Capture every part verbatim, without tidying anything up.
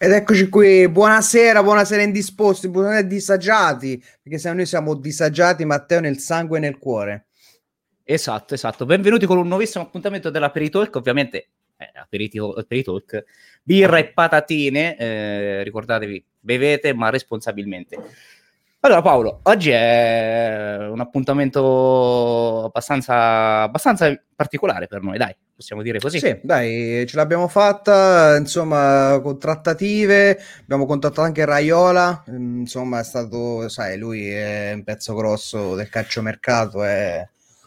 Ed eccoci qui, buonasera, buonasera indisposti, buonasera disagiati, perché se noi siamo disagiati, Matteo, nel sangue e nel cuore. Esatto, esatto. Benvenuti con un nuovissimo appuntamento dell'Aperitalk, ovviamente eh, Aperito- Aperitalk, birra e patatine, eh, ricordatevi, bevete ma responsabilmente. Allora Paolo, oggi è un appuntamento abbastanza, abbastanza particolare per noi, dai, possiamo dire così. Sì, dai, ce l'abbiamo fatta, insomma, con trattative, abbiamo contattato anche Raiola, mm, insomma, è stato, sai, lui è un pezzo grosso del calciomercato, è,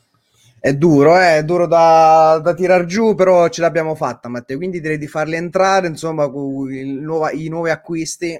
è duro, eh, è duro da, da tirar giù, però ce l'abbiamo fatta, Matteo, quindi direi di farli entrare, insomma, con il nuova- i nuovi acquisti.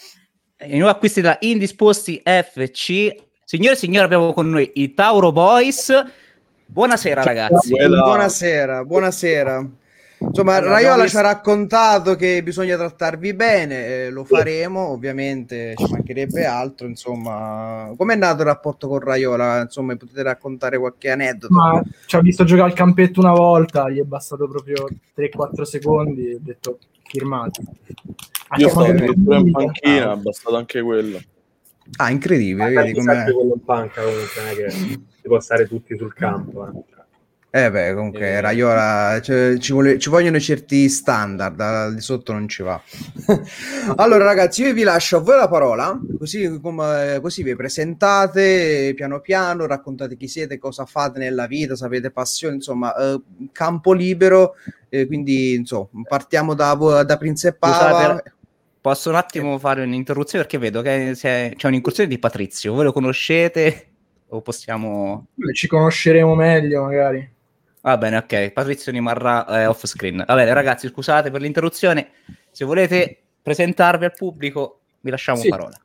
I nuovi acquisti da Indisposti F C. Signore e signori, abbiamo con noi i Tauro Boys. Buonasera ragazzi. Buonasera, buonasera. Insomma, Allora, Raiola visto... ci ha raccontato che bisogna trattarvi bene, eh, lo faremo, ovviamente ci mancherebbe altro, insomma. Com'è nato il rapporto con Raiola? Insomma, potete raccontare qualche aneddoto? Ma ci ha visto giocare al campetto una volta, gli è bastato proprio tre quattro secondi e ho detto firmati. Io stavo addirittura in panchina, è bastato anche quello. Ah, incredibile, Ma vedi com'è. quello in panca comunque, non è che si può stare tutti sul campo. Eh. Eh beh, comunque Eh. Raiola, cioè, ci, vuole, ci vogliono certi standard, al di sotto non ci va. Allora ragazzi, io vi lascio a voi la parola, così, come, così vi presentate piano piano, raccontate chi siete, cosa fate nella vita, se avete passione, insomma, eh, campo libero, eh, quindi insomma, partiamo da, da Prince e Pava. Scusate, posso un attimo fare un'interruzione perché vedo che c'è un'incursione di Patrizio, voi lo conoscete o possiamo... Ci conosceremo meglio magari. Va bene, ok, Patrizio rimarrà eh, off screen. Va bene ragazzi, scusate per l'interruzione, se volete presentarvi al pubblico vi lasciamo sì. parola.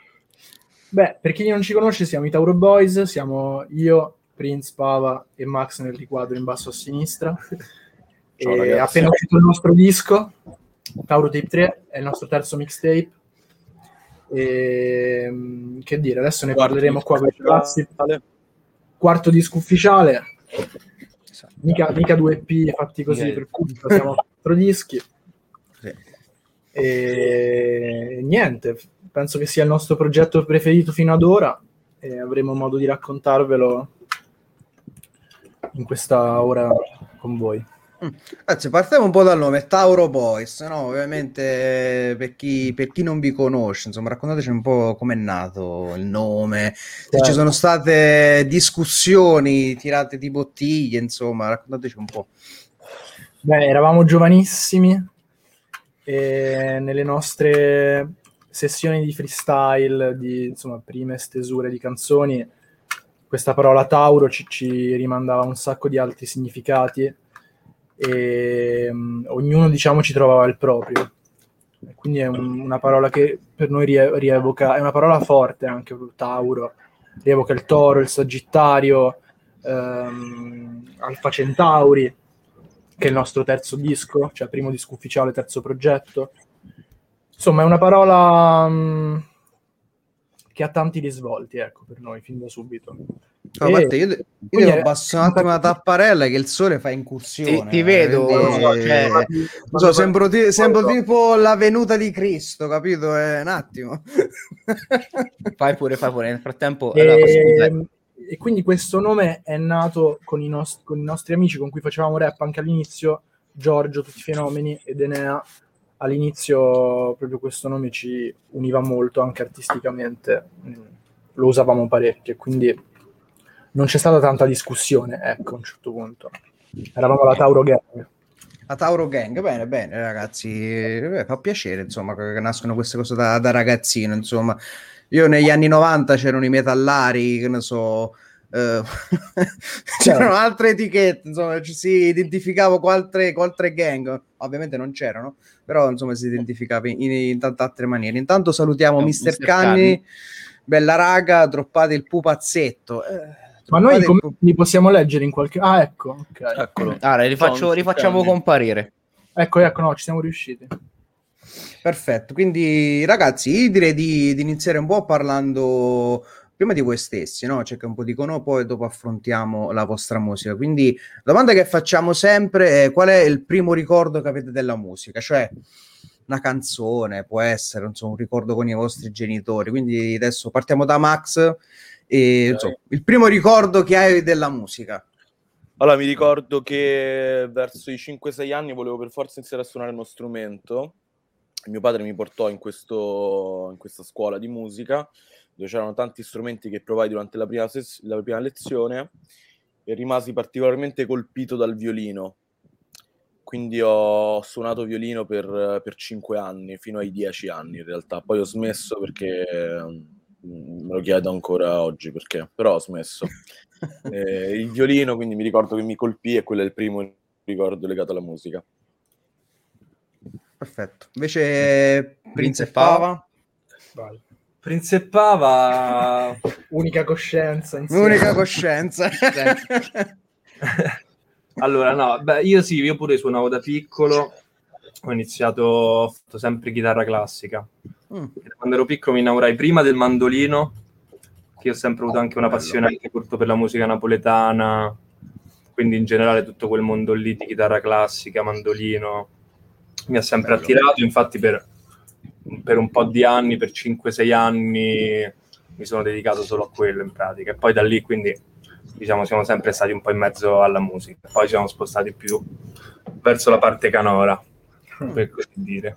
Beh, per chi non ci conosce siamo i Tauro Boys, siamo io, Prince, Pava e Max nel riquadro in basso a sinistra. Ciao, e ragazzi. appena uscito il nostro disco, Tauro Tape tre, è il nostro terzo mixtape. E che dire, adesso ne Quarto parleremo qua con i ragazzi. ufficiale. Quarto disco ufficiale. Mica, mica due E P fatti così Yeah. per culto, siamo quattro dischi. Sì. E niente, penso che sia il nostro progetto preferito fino ad ora e avremo modo di raccontarvelo in questa ora con voi. Anzi, partiamo un po' dal nome, Tauro Boys, no? Ovviamente per chi, per chi non vi conosce, insomma, raccontateci un po' com'è nato il nome, se Certo. ci sono state discussioni, tirate di bottiglie, insomma, raccontateci un po'. Beh, eravamo giovanissimi e nelle nostre sessioni di freestyle, di insomma, prime stesure di canzoni, questa parola Tauro ci, ci rimandava un sacco di altri significati e um, ognuno diciamo ci trovava il proprio. E quindi è un, una parola che per noi rie, rievoca, è una parola forte anche Tauro, rievoca il Toro, il Sagittario, ehm, Alfa Centauri, che è il nostro terzo disco, cioè primo disco ufficiale, terzo progetto. Insomma, è una parola um, che ha tanti risvolti, ecco, per noi, fin da subito. No, E guarda, io, io quindi devo è- abbassare un attimo la tapparella che il sole fa incursione. Ti- ti vedo, quindi, cioè, non so, sembro, ti- sembro tipo la venuta di Cristo, capito? È un attimo. Fai pure, fai pure, nel frattempo... E, allora, posso dire- e quindi questo nome è nato con i, nost- con i nostri amici con cui facevamo rap anche all'inizio, Giorgio, Tutti i Fenomeni ed Enea. All'inizio proprio questo nome ci univa molto anche artisticamente, lo usavamo parecchio, quindi non c'è stata tanta discussione, ecco, a un certo punto. Eravamo la Tauro Gang. La Tauro Gang, bene, bene, ragazzi, eh, fa piacere, insomma, che nascono queste cose da, da ragazzino, insomma. Io negli anni novanta c'erano i metallari, che ne so, eh, c'erano altre etichette, insomma, ci si identificava con altre, con altre gang, ovviamente non c'erano, però insomma si identificava in, in tante altre maniere. Intanto salutiamo No, mister mister Canni, Canni. bella raga, droppate il pupazzetto. Eh, Ma noi droppate il come pu- li possiamo leggere in qualche... Ah, ecco, ok. Eccolo. Allora, li, faccio- Ciao, li facciamo Canni. comparire. Ecco, ecco, no, ci siamo riusciti. Perfetto, quindi ragazzi, io direi di, di iniziare un po' parlando prima di voi stessi, no? C'è che un po' dicono, poi dopo affrontiamo la vostra musica. Quindi la domanda che facciamo sempre è: qual è il primo ricordo che avete della musica? Cioè, una canzone, può essere insomma, un ricordo con i vostri genitori. Quindi adesso partiamo da Max e insomma, il primo ricordo che hai della musica. Allora, mi ricordo che verso i cinque sei anni volevo per forza iniziare a suonare uno strumento. Mio padre mi portò in, questo, in questa scuola di musica, dove c'erano tanti strumenti che provai durante la prima, ses- la prima lezione, e rimasi particolarmente colpito dal violino. Quindi ho suonato violino per, per cinque anni, fino ai dieci anni in realtà. Poi ho smesso perché mm, me lo chiedo ancora oggi perché, però ho smesso. Eh, il violino, quindi mi ricordo che mi colpì e quello è il primo ricordo legato alla musica. Perfetto. Invece Prince e Pava? Vai. Prince e Pava, Unica coscienza insieme. Unica coscienza. allora no, beh, io sì, io pure suonavo da piccolo, ho iniziato, ho fatto sempre chitarra classica. Mm. Quando ero piccolo mi innamorai prima del mandolino, che ho sempre avuto anche una passione anche molto per la musica napoletana, quindi in generale tutto quel mondo lì di chitarra classica, mandolino, mi ha sempre Bello. attirato, infatti per, per un po' di anni, per cinque sei anni, mi sono dedicato solo a quello in pratica, e poi da lì quindi diciamo siamo sempre stati un po' in mezzo alla musica, poi ci siamo spostati più verso la parte canora, per così dire.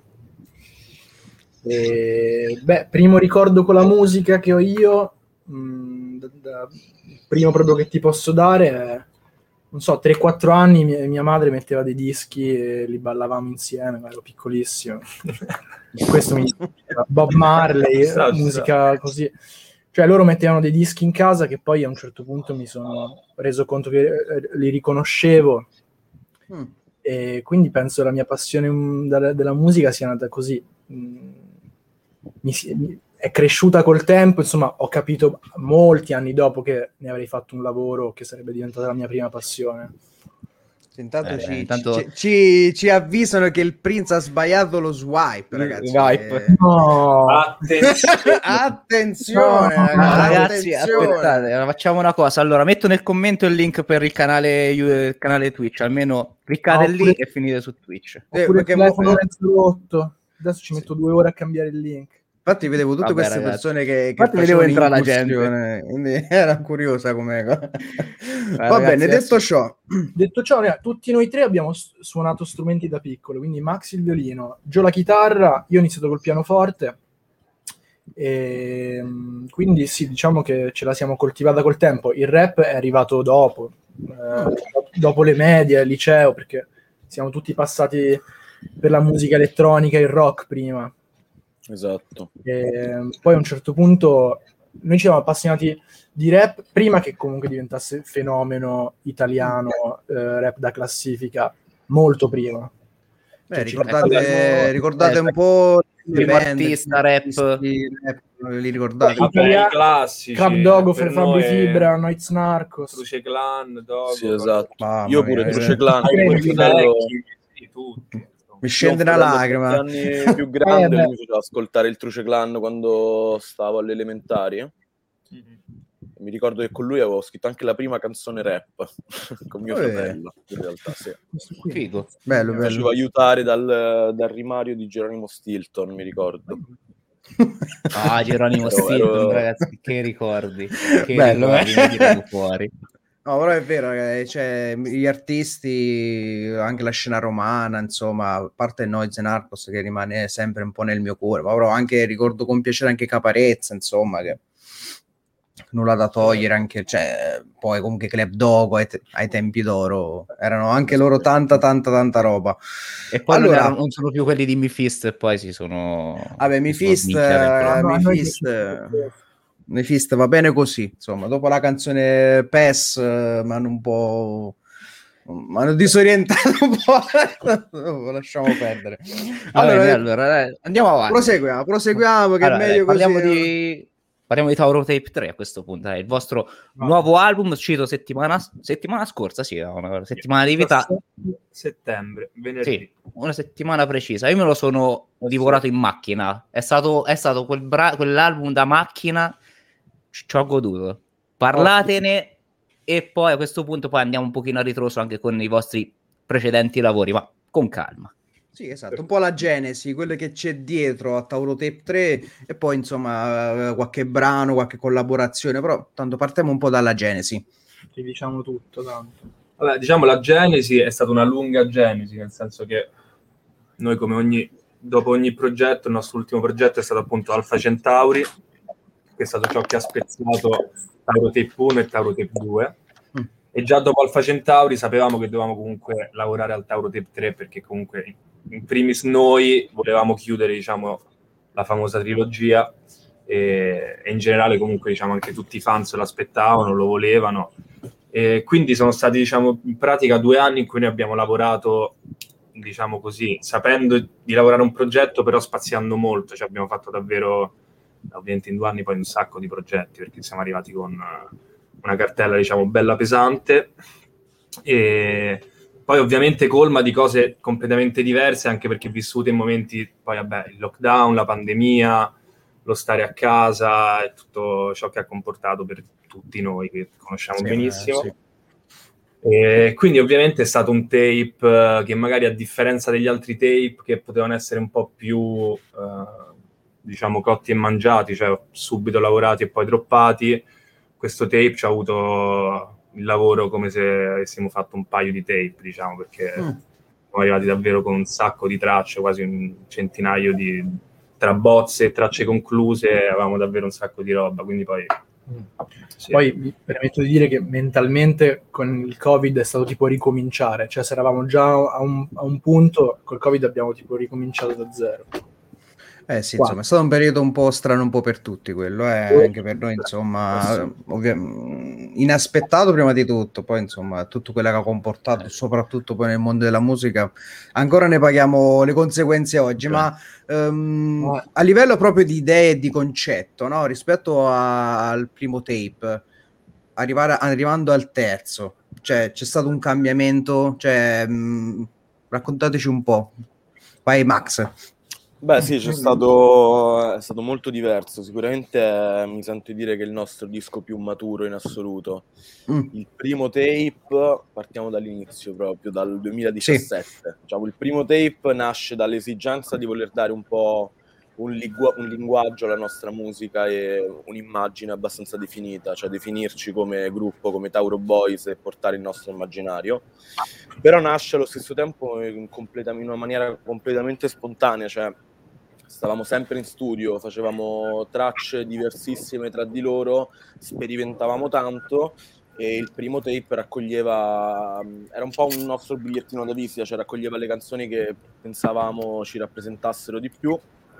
E, beh, primo ricordo con la musica che ho io, mh, da, da, il primo proprio che ti posso dare è, non so, tre quattro anni mia, mia madre metteva dei dischi e li ballavamo insieme, ma ero piccolissimo. Questo mi diceva Bob Marley, Sa, musica sa. così. Cioè loro mettevano dei dischi in casa che poi a un certo punto mi sono reso conto che eh, li riconoscevo. Mm. E quindi penso la mia passione um, da, della musica sia nata così. Mm, mi, mi, è cresciuta col tempo, insomma ho capito molti anni dopo che ne avrei fatto un lavoro che sarebbe diventata la mia prima passione. Intanto, eh, ci, intanto... Ci, ci, ci avvisano che il Prince ha sbagliato lo swipe, ragazzi. Swipe. No. Attenzione, attenzione, no, ragazzi, attenzione. aspettate, facciamo una cosa. Allora, metto nel commento il link per il canale, il canale Twitch, almeno cliccate no, lì pure... e finite su Twitch. Oppure eh, il telefono mezzo rotto. Adesso ci sì. metto due ore a cambiare il link. Infatti vedevo tutte Vabbè, queste ragazzi. persone che, che Infatti vedevo entrare la gente, quindi era curiosa come Va ragazzi, bene, adesso... detto ciò, detto ciò, tutti noi tre abbiamo suonato strumenti da piccolo, quindi Max il violino, Gio la chitarra, io ho iniziato col pianoforte, e quindi sì, diciamo che ce la siamo coltivata col tempo. Il rap è arrivato dopo, eh, dopo le medie, il liceo, perché siamo tutti passati per la musica elettronica e il rock prima. Esatto. E poi a un certo punto noi ci siamo appassionati di rap prima che comunque diventasse fenomeno italiano, eh, rap da classifica, molto prima. Beh, cioè, ricordate, parliamo... ricordate eh, un po' il artista rap, rap, li ricordate? Vabbè, i classici, Crab Dogo, per Fabri noi Fibra, Noiz Narcos, Truce Clan, Dogo, sì, esatto. Mamma io mia, pure eh. Truce Clan, Ah, mio fratello, vecchi, tutti. Mi scende una lacrima. anni più grande, eh, lui mi faceva ascoltare il Truce Clan quando stavo alle elementari. Mm-hmm. Mi ricordo che con lui avevo scritto anche la prima canzone rap con mio eh. fratello, in realtà, sì. Figo. Bello, mi bello. facevo aiutare dal, dal rimario di Geronimo Stilton, mi ricordo. Ah, Geronimo ero, Stilton, ero... ragazzi, che ricordi. Che bello, ricordi, eh? fuori. No, però è vero, ragazzi, cioè, gli artisti, anche la scena romana, insomma, a parte Noiz Narcos che rimane sempre un po' nel mio cuore, ma però anche ricordo con piacere anche Caparezza, insomma, che nulla da togliere, anche, cioè, poi comunque Club Dogo ai, te- ai tempi d'oro erano anche loro tanta tanta tanta roba. E poi allora, non, erano, non sono più quelli di Mephisto e poi si sono... Vabbè, Mephisto, uh, Mephisto... Mephisto va bene così, insomma, dopo la canzone P E S uh, mi hanno un po' mi hanno disorientato un po'. Lasciamo perdere. Allora, bene, allora dai, andiamo avanti. Proseguiamo, proseguiamo che allora, è meglio dai, parliamo così. Di... Parliamo di Tauro Tape tre a questo punto, è il vostro no. nuovo album uscito settimana, settimana scorsa, sì, una settimana di vita. Settembre, venerdì. Sì, una settimana precisa. Io me lo sono divorato in macchina. È stato, è stato quel bra- quell'album da macchina, ci ho goduto. Parlatene oh. E poi a questo punto poi andiamo un pochino a ritroso anche con i vostri precedenti lavori, ma con calma. Sì, esatto, un po' la genesi, quello che c'è dietro a Tauro Tape tre e poi insomma qualche brano, qualche collaborazione, però tanto partiamo un po' dalla genesi. Ti diciamo tutto, tanto. Vabbè, diciamo la genesi è stata una lunga genesi, nel senso che noi come ogni, dopo ogni progetto, il nostro ultimo progetto è stato appunto Alpha Centauri, che è stato ciò che ha spezzato Tauro Tape uno e Tauro Tape due. Mm. E già dopo Alpha Centauri sapevamo che dovevamo comunque lavorare al Tauro Tape tre, perché comunque in primis noi volevamo chiudere, diciamo, la famosa trilogia e, e in generale comunque, diciamo, anche tutti i fans lo aspettavano, lo volevano. E quindi sono stati, diciamo, in pratica due anni in cui noi abbiamo lavorato, diciamo così, sapendo di lavorare un progetto, però spaziando molto. Cioè abbiamo fatto davvero, ovviamente in due anni, poi un sacco di progetti, perché siamo arrivati con una cartella, diciamo, bella pesante. E poi ovviamente colma di cose completamente diverse, anche perché vissute in momenti, poi vabbè, il lockdown, la pandemia, lo stare a casa e tutto ciò che ha comportato per tutti noi che conosciamo sì, benissimo. Eh, sì. E quindi ovviamente è stato un tape che magari, a differenza degli altri tape che potevano essere un po' più eh, diciamo cotti e mangiati, cioè subito lavorati e poi droppati, questo tape ci ha avuto il lavoro come se avessimo fatto un paio di tape, diciamo, perché mm. siamo arrivati davvero con un sacco di tracce, quasi un centinaio di tra bozze e tracce concluse, avevamo davvero un sacco di roba, quindi poi sì. Poi mi permetto di dire che mentalmente con il Covid è stato tipo ricominciare, cioè se eravamo già a un, a un punto, col Covid abbiamo tipo ricominciato da zero. Eh sì, insomma, è stato un periodo un po' strano un po' per tutti quello, eh, anche per noi, insomma, ovvia- inaspettato prima di tutto, poi insomma tutto quello che ha comportato, soprattutto poi nel mondo della musica, ancora ne paghiamo le conseguenze oggi, okay. ma um, a livello proprio di idee e di concetto, no? Rispetto a, al primo tape, arrivare, arrivando al terzo, cioè c'è stato un cambiamento, cioè mh, raccontateci un po', vai Max. Beh sì, c'è stato, è stato molto diverso, sicuramente eh, mi sento dire che è il nostro disco più maturo in assoluto. Mm. Il primo tape, partiamo dall'inizio proprio, dal duemiladiciassette. Sì. Diciamo, il primo tape nasce dall'esigenza di voler dare un po' un, lingu- un linguaggio alla nostra musica e un'immagine abbastanza definita, cioè definirci come gruppo, come Tauro Boys e portare il nostro immaginario. Però nasce allo stesso tempo in, completa- in una maniera completamente spontanea, cioè stavamo sempre in studio, facevamo tracce diversissime tra di loro, sperimentavamo tanto e il primo tape raccoglieva, era un po' un nostro bigliettino da visita, cioè raccoglieva le canzoni che pensavamo ci rappresentassero di più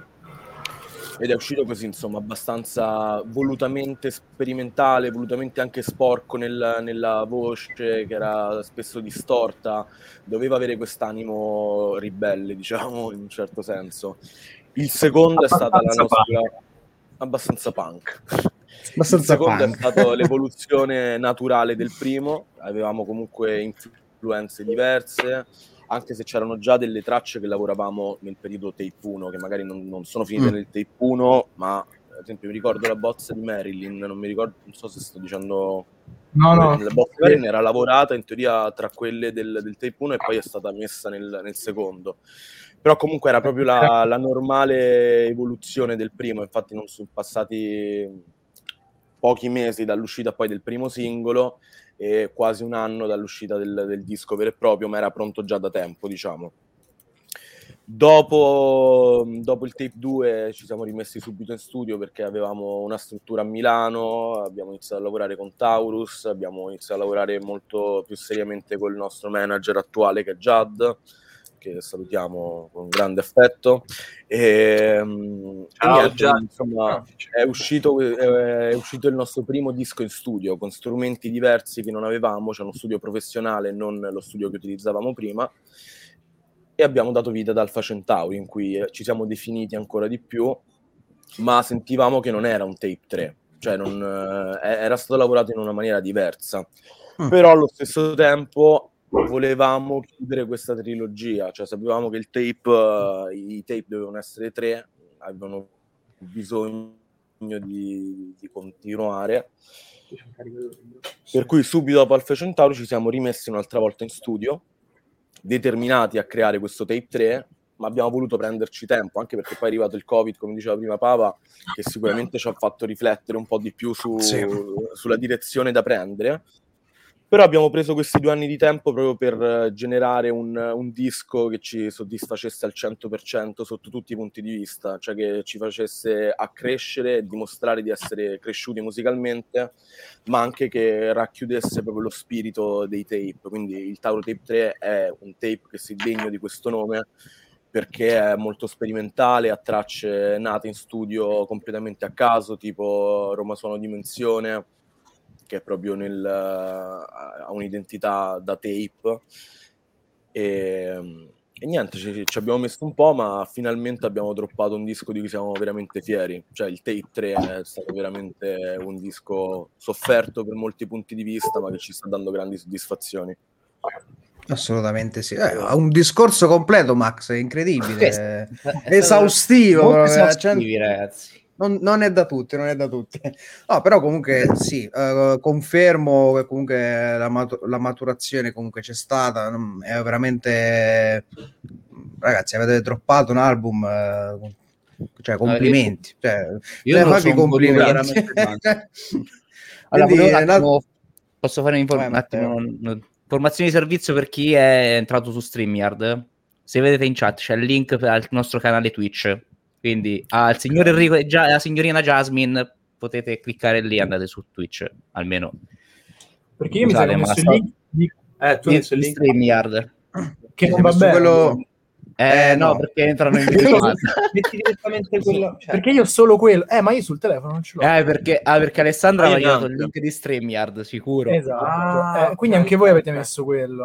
ed è uscito così, insomma, abbastanza volutamente sperimentale, volutamente anche sporco nel, nella voce, che era spesso distorta, doveva avere quest'animo ribelle, diciamo, in un certo senso. Il secondo abbastanza è stata la nostra punk. abbastanza punk. Abbastanza il secondo punk. È stato l'evoluzione naturale del primo, avevamo comunque influenze diverse, anche se c'erano già delle tracce che lavoravamo nel periodo tape uno, che magari non, non sono finite mm. nel tape uno, ma ad esempio mi ricordo la bozza di Marilyn, non mi ricordo, non so se sto dicendo no, no. La bozza di Marilyn era lavorata in teoria tra quelle del, del tape uno e poi è stata messa nel, nel secondo. Però comunque era proprio la, la normale evoluzione del primo, infatti non sono passati pochi mesi dall'uscita poi del primo singolo e quasi un anno dall'uscita del, del disco vero e proprio, ma era pronto già da tempo, diciamo. Dopo, dopo il tape due ci siamo rimessi subito in studio perché avevamo una struttura a Milano, abbiamo iniziato a lavorare con Taurus, abbiamo iniziato a lavorare molto più seriamente con il nostro manager attuale che è Jad, che salutiamo con grande affetto. E, Ciao, e niente, insomma, è uscito, è uscito il nostro primo disco in studio con strumenti diversi che non avevamo, cioè uno studio professionale, non lo studio che utilizzavamo prima, e abbiamo dato vita ad Alpha Centauri, in cui ci siamo definiti ancora di più, ma sentivamo che non era un tape tre, cioè non, era stato lavorato in una maniera diversa, mm. però allo stesso tempo volevamo chiudere questa trilogia, cioè sapevamo che il tape, uh, i tape dovevano essere tre, avevano bisogno di, di continuare, per cui subito dopo Alpha Centauri ci siamo rimessi un'altra volta in studio, determinati a creare questo tape tre, ma abbiamo voluto prenderci tempo, anche perché poi è arrivato il Covid, come diceva prima Pava, che sicuramente ci ha fatto riflettere un po' di più su, Sì. sulla direzione da prendere. Però abbiamo preso questi due anni di tempo proprio per generare un, un disco che ci soddisfacesse al cento per cento sotto tutti i punti di vista, cioè che ci facesse accrescere e dimostrare di essere cresciuti musicalmente, ma anche che racchiudesse proprio lo spirito dei tape. Quindi il Tauro Tape tre è un tape che si degno di questo nome, perché è molto sperimentale, ha tracce nate in studio completamente a caso, tipo Roma Suono Dimensione, che è proprio nel, ha un'identità da tape, e, e niente, ci, ci abbiamo messo un po', ma finalmente abbiamo droppato un disco di cui siamo veramente fieri. Cioè il Tape tre è stato veramente un disco sofferto per molti punti di vista, ma che ci sta dando grandi soddisfazioni. Assolutamente sì. Eh, ha un discorso completo, Max, è incredibile, È stato esaustivo, molto proprio, esaustivi, cioè, ragazzi. Non, non è da tutti, non è da tutti. No, però comunque sì, eh, confermo che comunque la, matu- la maturazione comunque c'è stata, mm, è veramente... Ragazzi, avete droppato un album, eh, cioè complimenti. Cioè, Io ne non lo fate i so, un volume complimenti. veramente tanto. Allora, Quindi, volevo un è una- attimo, posso fare un'infor- Vai, un attimo, Matteo. un- informazioni di servizio per chi è entrato su StreamYard. Se vedete in chat c'è il link per- al nostro canale Twitch. Quindi al signor Enrico e Gia- alla signorina Jasmine potete cliccare lì e andate su Twitch, almeno. Perché io mi sa che ho Scusate, ma messo il sto- link di- Eh, tu di, hai messo il di link? StreamYard. che Sì, non hai va messo bene. quello- Eh, Eh, no, no. perché entrano in Perché video io- chat. Metti direttamente quello. Cioè, Perché io ho solo quello. Eh, ma io sul telefono non ce l'ho. Eh, perché, ah, perché Alessandra Ah, io aveva dato il neanche. link di StreamYard, sicuro. Esatto. Ah, Eh, quindi ok, anche voi avete ok. messo quello.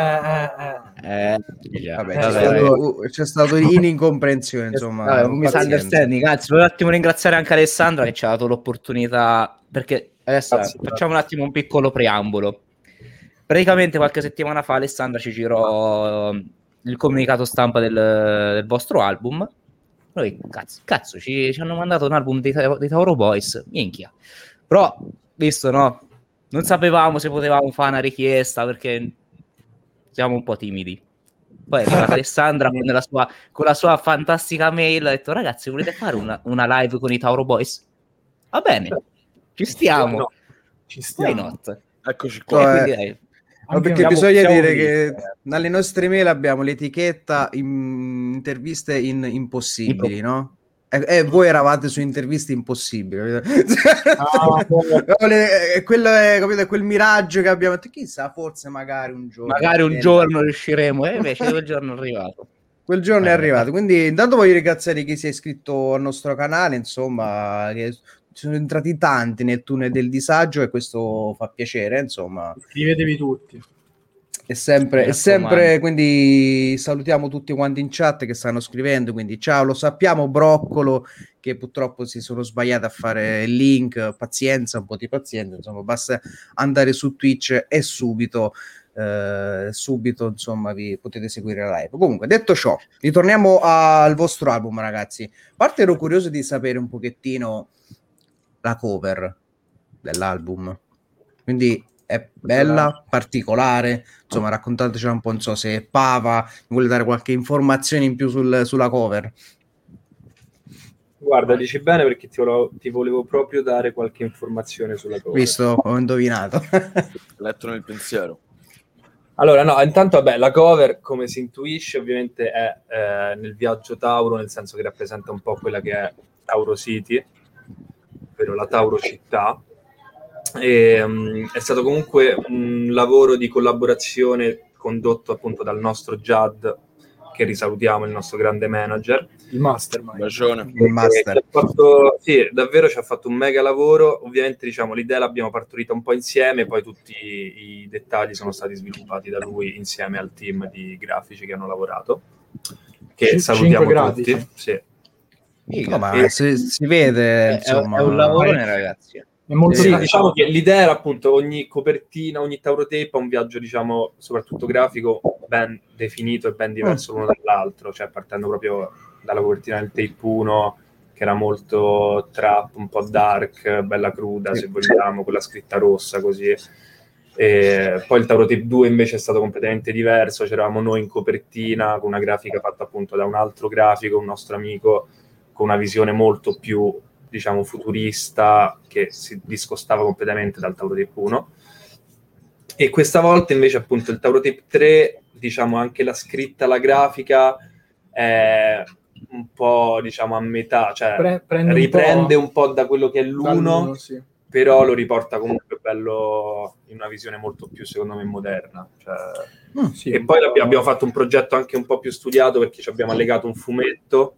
Ah. Eh, eh, eh. Eh, già. Vabbè, Eh, c'è, Vabbè, stato, dai. uh, c'è stato in incomprensione, insomma, Vabbè, un pazienza. misunderstanding. Anzi, volevo un attimo ringraziare anche Alessandra che ci ha dato l'opportunità, perché adesso Grazie, eh, facciamo un attimo un piccolo preambolo. Praticamente qualche settimana fa Alessandra ci girò eh, il comunicato stampa del, del vostro album. Noi, cazzo, cazzo ci, ci hanno mandato un album dei, dei Tauro Boys, minchia. Però, visto, no? Non sapevamo se potevamo fare una richiesta perché siamo un po' timidi. Poi è arrivata Alessandra con la, sua, con la sua fantastica mail, ha detto ragazzi volete fare una, una live con i Tauro Boys? Va bene, ci stiamo. No, Ci Why stiamo. not? Eccoci E qua. Eh, quindi, dai, No, Anche perché noi. bisogna siamo dire lì, che eh. dalle nostre mail abbiamo l'etichetta in interviste in impossibili, no? E, e voi eravate su interviste impossibili. Ah, E quello è, capito, è quel miraggio che abbiamo detto, chissà, forse magari un giorno. magari un Eh, giorno riusciremo, e invece quel giorno è arrivato. Quel giorno è Eh, arrivato, quindi intanto voglio ringraziare chi si è iscritto al nostro canale, insomma, che sono entrati tanti nel tunnel del disagio e questo fa piacere, insomma. Iscrivetevi tutti. È sempre, Mi è sempre, raccomando. quindi salutiamo tutti quanti in chat che stanno scrivendo, quindi ciao, lo sappiamo Broccolo che purtroppo si sono sbagliati a fare il link, pazienza, un po' di pazienza, insomma, basta andare su Twitch e subito eh, subito insomma vi potete seguire la live. Comunque, detto ciò, ritorniamo al vostro album, ragazzi. A parte ero curioso di sapere un pochettino la cover dell'album, quindi è bella, particolare, insomma raccontatecela un po', non so se Pava mi vuole dare qualche informazione in più sul, sulla cover. Guarda, dici bene perché ti volevo, ti volevo proprio dare qualche informazione sulla cover. Visto, ho indovinato. Letto nel pensiero. Allora, no, intanto, vabbè, la cover, come si intuisce, ovviamente è eh, nel viaggio Tauro, nel senso che rappresenta un po' quella che è Tauro City, ovvero la Tauro città. E, um, è stato comunque un lavoro di collaborazione condotto appunto dal nostro Jad, che risalutiamo, il nostro grande manager. Il mastermind. Bacione. Il master. Che ha fatto, sì, davvero ci ha fatto un mega lavoro. Ovviamente, diciamo, l'idea l'abbiamo partorita un po' insieme, poi tutti i dettagli sono stati sviluppati da lui insieme al team di grafici che hanno lavorato, che Cin- salutiamo cinque tutti. grafici. Sì. No, ma E- si, si vede, È, insomma. è un lavorone, ragazzi. È molto Sì, tra- diciamo che l'idea era appunto ogni copertina, ogni Tauro Tape ha un viaggio, diciamo, soprattutto grafico, ben definito e ben diverso l'uno dall'altro, cioè partendo proprio dalla copertina del Tape uno, che era molto trap, un po' dark, bella cruda, Sì. se vogliamo, con la scritta rossa così. E poi il Tauro Tape due invece è stato completamente diverso, c'eravamo noi in copertina con una grafica fatta appunto da un altro grafico, un nostro amico, con una visione molto più, diciamo, futurista, che si discostava completamente dal Tauro Tape uno. E questa volta invece appunto il Tauro Tape tre, diciamo anche la scritta, la grafica è un po', diciamo, a metà, cioè Pre- prende un riprende po' un po' da quello che è l'uno, dall'uno, sì. però lo riporta comunque bello in una visione molto più, secondo me, moderna. Cioè... Mm, sì, e poi abbiamo, abbiamo fatto un progetto anche un po' più studiato, perché ci abbiamo allegato un fumetto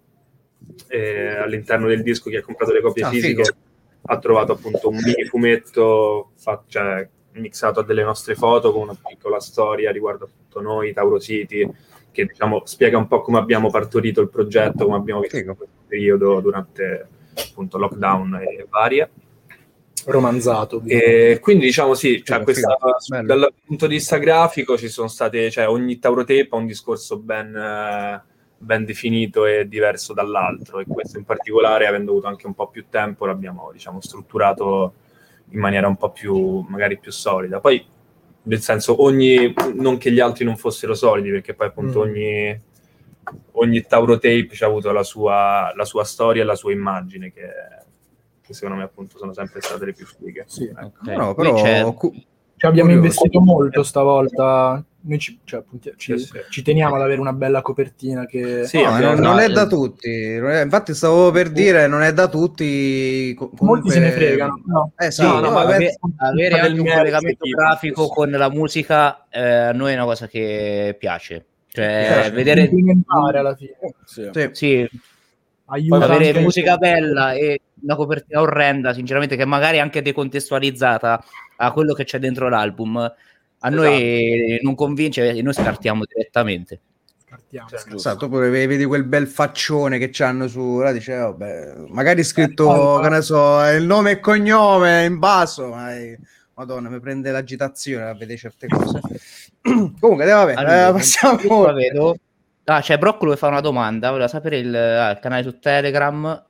eh, all'interno del disco. Chi ha comprato le copie Ah, fisiche figo. ha trovato appunto un mini fumetto fa- cioè, mixato a delle nostre foto con una piccola storia riguardo appunto noi, Tauro City, che diciamo spiega un po' come abbiamo partorito il progetto, come abbiamo vissuto Figo. questo periodo durante appunto lockdown e varie. Romanzato. E quindi diciamo sì, cioè Figo, questa, figo. dal punto di vista grafico ci sono state, cioè ogni Tauro Tape ha un discorso ben, eh, ben definito e diverso dall'altro, e questo in particolare, avendo avuto anche un po' più tempo, l'abbiamo, diciamo, strutturato in maniera un po' più, magari più solida. Poi, nel senso, ogni, non che gli altri non fossero solidi, perché poi appunto Mm. ogni, ogni Tauro Tape ci ha avuto la sua, la sua storia e la sua immagine, che, che secondo me appunto sono sempre state le più fighe. Sì. Ecco. Ok. No, no, Qui però c'è- cu- Cioè, abbiamo Curioso. investito molto stavolta. Noi ci, cioè, appunto, ci, Sì, sì. ci teniamo ad avere una bella copertina che... Sì, no, abbiamo- non, non no, è eh, da tutti. Non è- Infatti stavo per dire, non è da tutti. co- Molti Comunque... se ne fregano. No. Eh, Sì, esatto, no, ma vabbè, ave- avere del anche un merito, collegamento tipo, grafico sì. con la musica eh, a noi è una cosa che piace. Cioè, Piace. vedere Complementare alla fine. Sì. sì. sì, Aiuta avere anche- musica bella e una copertina orrenda, sinceramente, che magari anche decontestualizzata a quello che c'è dentro l'album, a noi non convince e noi scartiamo direttamente. Scartiamo. Cioè, scartiamo. Esatto, pure vedi quel bel faccione che c'hanno su, là dice, vabbè, magari scritto, Eh, che ne so, il nome e cognome in basso, ma è- Madonna, mi prende l'agitazione a vedere certe cose. Comunque, eh, vabbè, Allora, eh, passiamo io qua oltre. vedo. Ah, c'è Broccolo che fa una domanda, voleva sapere il, ah, il canale su Telegram.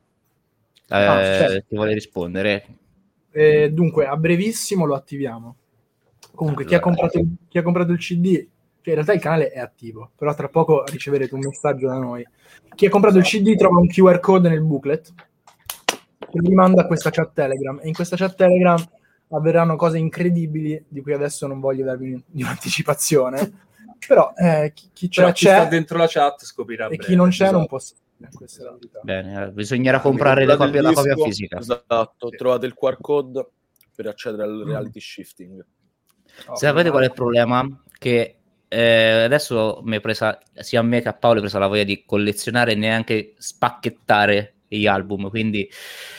Eh, Ah, certo. ti vuole rispondere. Eh, dunque, a brevissimo lo attiviamo. Comunque, chi, ha Allora. comprato, il- chi ha comprato il C D, cioè in realtà il canale è attivo, però tra poco riceverete un messaggio da noi. Chi ha comprato il C D trova un Q R code nel booklet che vi manda a questa chat Telegram, e in questa chat Telegram avverranno cose incredibili di cui adesso non voglio darvi di un'anticipazione, però eh, chi, chi c'è, Però chi sta c'è, dentro la chat scoprirà e breve. chi non c'è non esatto. può sapere. Questa è la verità. Bene, eh, bisognerà comprare le Comprate copie, il la copia disco, fisica. Esatto, trovate il Q R code per accedere al reality shifting. Oh, Sapete qual è il problema? Che eh, adesso mi è presa, sia a me che a Paolo è presa la voglia di collezionare e neanche spacchettare gli album, quindi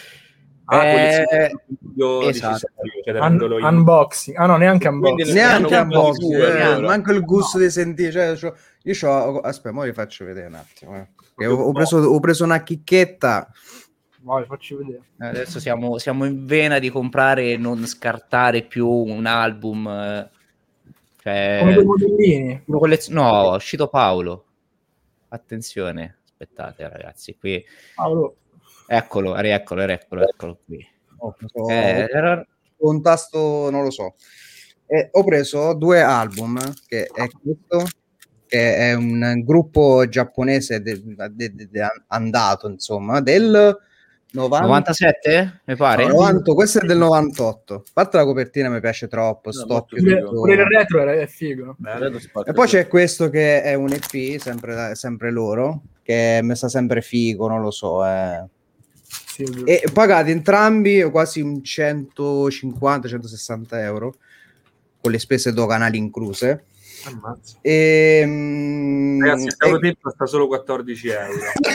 Ah, eh, io esatto. cioè, Un- rendolo in- unboxing. Ah no, neanche Quindi unboxing. Neanche Neanche a un box, po' di eh, allora. manco il gusto di sentire. Cioè, c'ho- io c'ho, aspetta, mo vi faccio vedere un attimo. eh. Che ho, ho preso, ho preso una chicchetta. Vai, facci vedere. Adesso siamo, siamo in vena di comprare e non scartare più un album. eh, Cioè, Come quei modellini. uno collez- no, è uscito Paolo. Attenzione, aspettate ragazzi, qui Paolo. eccolo, rieccolo, eccolo, eccolo qui. Ho preso Eh, era- un tasto, non lo so. E ho preso due album, che è questo, che è un gruppo giapponese de- de- de- de- andato, insomma, del novanta novantasette, mi pare? no, novanta, questo è del novantotto. A parte la copertina mi piace troppo, No, stop. molto Pure, figo. pure il retro era, è figo. E poi c'è questo che è un E P, sempre, sempre loro, che mi sa sempre figo, non lo so. Eh. Sì, E pagati entrambi quasi un centocinquanta centosessanta euro, con le spese doganali incluse. Ammazza. E, mm, Ragazzi, il Tauro e- Tape costa solo quattordici euro.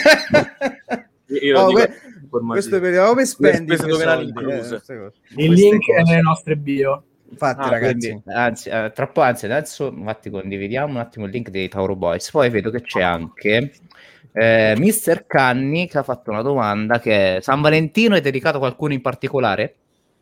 Io Oh, lo dico que- informativo. questo è per come spendi spese quei doganali soldi, incluse. eh, queste cose. il Queste link è cose. nelle nostre bio. Infatti, Ah, ragazzi, quindi, anzi, eh, tra po', anzi, adesso infatti condividiamo un attimo il link dei Tauro Boys. Poi vedo che c'è anche eh, mister Canni che ha fatto una domanda che è: San Valentino è dedicato a qualcuno in particolare?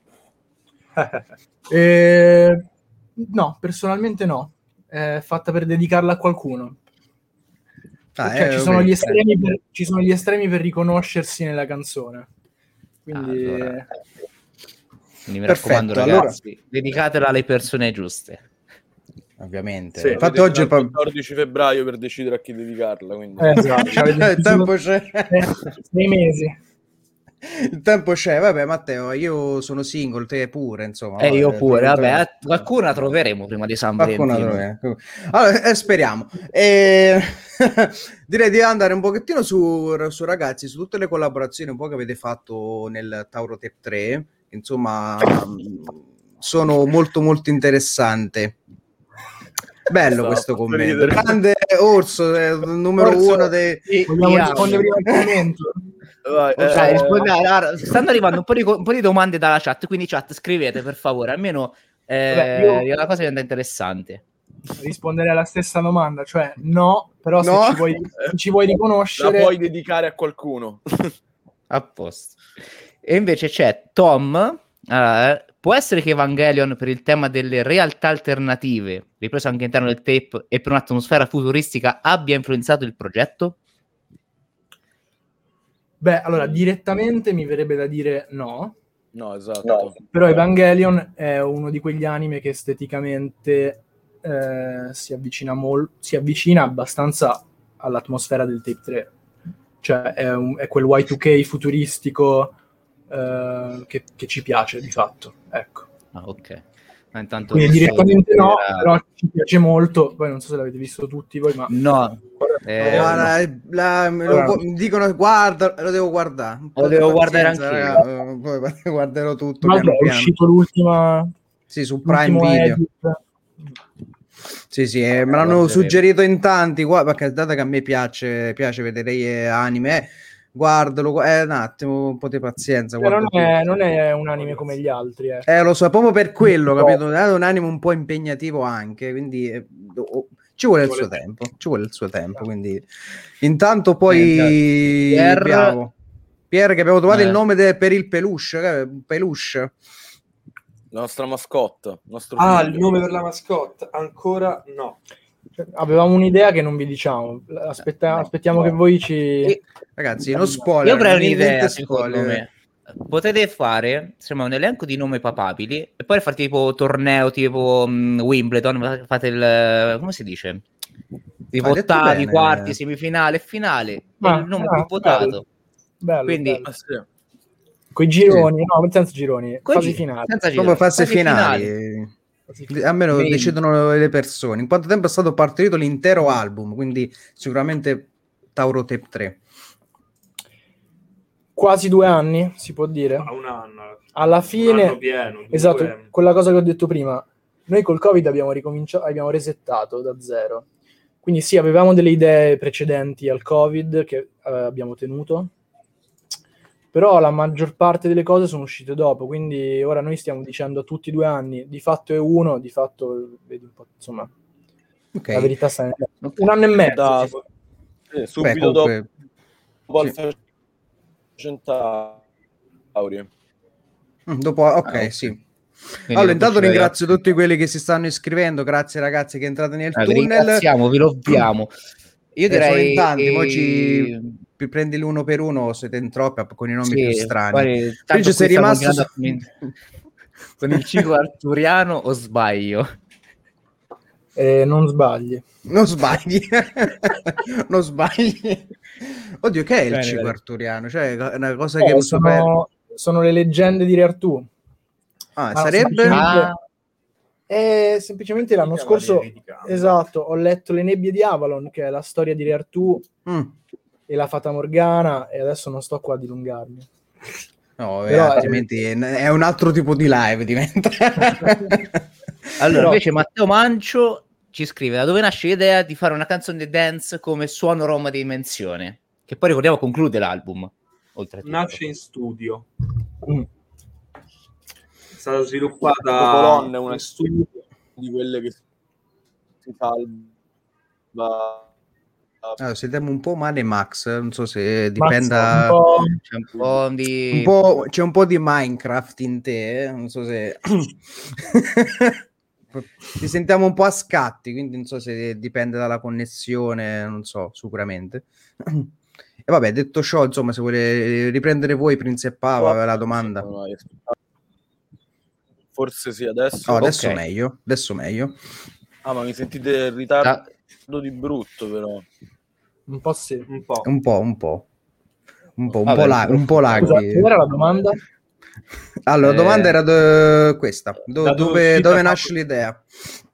Eh, no, personalmente no. È fatta per dedicarla a qualcuno. Ah, Cioè, eh, ci, sono ok. gli estremi per, ci sono gli estremi per riconoscersi nella canzone. Quindi Allora, Quindi mi Perfetto, raccomando, allora- ragazzi, dedicatela alle persone giuste. Ovviamente. Sì, Infatti Avete oggi fino pa- al quattordici febbraio per decidere a chi dedicarla, quindi... Eh, esatto, avete il tempo c'è. eh, sei mesi. Il tempo c'è, vabbè Matteo, io sono single, te pure, insomma. E io vabbè, pure, trovi- vabbè, trovi- eh, qualcuno la troveremo prima di San Qualcuno Valentino. trovi- Allora, eh, speriamo. E... direi di andare un pochettino su, su ragazzi, su tutte le collaborazioni un po' che avete fatto nel Tauro Tape tre, insomma, sono molto molto interessante. Bello Sta- questo fa commento. ridere. Grande Orso, è il numero Orso, uno dei... Sì, Vogliamo io- rispondere prima al commento? Vai, eh, Dai, eh, rispondi- allora, stanno arrivando un po, di, co- un po' di domande dalla chat, quindi chat scrivete per favore, almeno eh, Vabbè, io- una cosa diventa interessante. Rispondere alla stessa domanda, cioè no, però No. se ci vuoi, se ci vuoi la riconoscere, puoi dedicare a qualcuno. A posto. E invece c'è Tom. eh, può essere che Evangelion, per il tema delle realtà alternative, ripreso anche all'interno del tape, e per un'atmosfera futuristica, abbia influenzato il progetto? beh, allora direttamente mi verrebbe da dire no, No, esatto. però Evangelion è uno di quegli anime che esteticamente eh, si avvicina mol- si avvicina abbastanza all'atmosfera del Tape tre, cioè è, un- è quel Y due K futuristico eh, che, che ci piace di fatto, ecco. Ah, ok. Ma intanto Quindi adesso direttamente no, era- però ci piace molto, poi non so se l'avete visto tutti voi, ma No, eh, Guarda, la- me lo- Allora. mi dicono guarda, lo devo guardare. Un po' Lo di devo guardare pazienza, anch'io. raga, eh, poi guarderò tutto tra l'altro piano è piano. uscito l'ultima Sì, su Prime l'ultimo Video. edit. Sì, sì, eh, me l'hanno guarderemo. suggerito in tanti, guarda, perché dato che a me piace, piace vedere eh, anime, eh, guardalo, gu- eh, un attimo, un po' di pazienza. Cioè, non, guarda è, tutto. non è un anime come gli altri, eh. Eh, lo so, proprio per quello, No. capito? È un anime un po' impegnativo anche, quindi eh, oh, ci vuole il Ci suo vuole tempo, ci vuole il suo tempo, quindi intanto poi Pier- abbiamo Pier che abbiamo trovato Eh. il nome de- per il peluche, eh, peluche. La nostra mascotte. il Nostro Ah, figlio. il nome per la mascotte? Ancora no. Cioè, avevamo un'idea che non vi diciamo. Aspetta- No, aspettiamo no. che voi ci... E- Ragazzi, non spoiler. Io avrei niente un'idea, secondo spoiler. me. Potete fare insomma, un elenco di nomi papabili e poi fare tipo torneo tipo mh, Wimbledon, fate il come si dice? Tipo Hai detto ottavi, bene. quarti, semifinale, finale e Ah, il nome ah, più votato. bello. Bello, Quindi- bello. Ah, sì. Coi gironi, no, senza gironi, Coi fasi giri, finali. senza Proprio gironi, fase fasi finali. Fasi finali. Almeno Main. decidono le persone. In quanto tempo è stato partorito l'intero album, quindi sicuramente Tauro Tape tre. Quasi due anni, si può dire. A un anno. Alla Un fine, anno pieno. due. esatto, quella cosa che ho detto prima, noi col Covid abbiamo ricominciato, abbiamo resettato da zero. Quindi sì, avevamo delle idee precedenti al Covid che eh, abbiamo tenuto, però la maggior parte delle cose sono uscite dopo, quindi ora noi stiamo dicendo a tutti i due anni, di fatto è uno, di fatto, vedi un po', insomma, Ok. la verità sta nel un anno e mezzo. Da- sì. sì, Beh, subito comunque, dopo sì. il Centauri. Mm, dopo, ok, Ah, ok. sì. Quindi Allora, dopo intanto ci ringrazio vediamo. tutti quelli che si stanno iscrivendo. Grazie, ragazzi, che entrate nel Eh, vi tunnel. ringraziamo, vi loviamo. Io Eh, sono direi in tanti, poi ci pi- prendi l'uno per uno, siete in troppi con i nomi sì, più strani. poi, Quindi tanto sei qui stiamo rimasto continuando su- a commen- con il ciclo arturiano o sbaglio? Eh, non sbagli. Non sbagli, non sbagli. Oddio, che è il Bene, ciclo bene. arturiano? Cioè, è una cosa Eh, che mi super... sono, sono le leggende di Re Artù. Ah, Ma sarebbe... semplicemente- Ah, E semplicemente l'anno I scorso, Cavalieri di Gamba. esatto, ho letto Le nebbie di Avalon, che è la storia di Re Artù Mm. e la Fata Morgana, e adesso non sto qua a dilungarmi. No, eh, Però, eh, altrimenti è un altro tipo di live diventa. allora, Però- invece Matteo Mancio ci scrive da dove nasce l'idea di fare una canzone dance come suono Roma di dimensione, che poi ricordiamo conclude l'album. Oltretutto. Nasce in studio. Mm. È stata sviluppata Le colonne, una- in studio. Di quelle che si salva. Allora, sentiamo un po' male Max, non so se Mazza, dipenda... un po'- C'è un po' di... Un po', c'è un po' di Minecraft in te, eh? Non so se... Ti sentiamo un po' a scatti, quindi non so se dipende dalla connessione, non so, sicuramente. E vabbè, detto ciò, insomma, se vuole riprendere voi, Prince e Pava, la domanda. Forse sì, adesso. Oh, adesso Ok. meglio, adesso meglio. Ah, ma mi sentite in ritardo di brutto, però. Un po' sì. Un po'. Un po', un po'. Un po', un Vabbè, po', non la- ti un po' preoccupare. Scusa, laghi. qual era la domanda? Allora, la domanda Eh, era do- questa. Do- da dove è dove, uscita dove Fabio? nasce l'idea?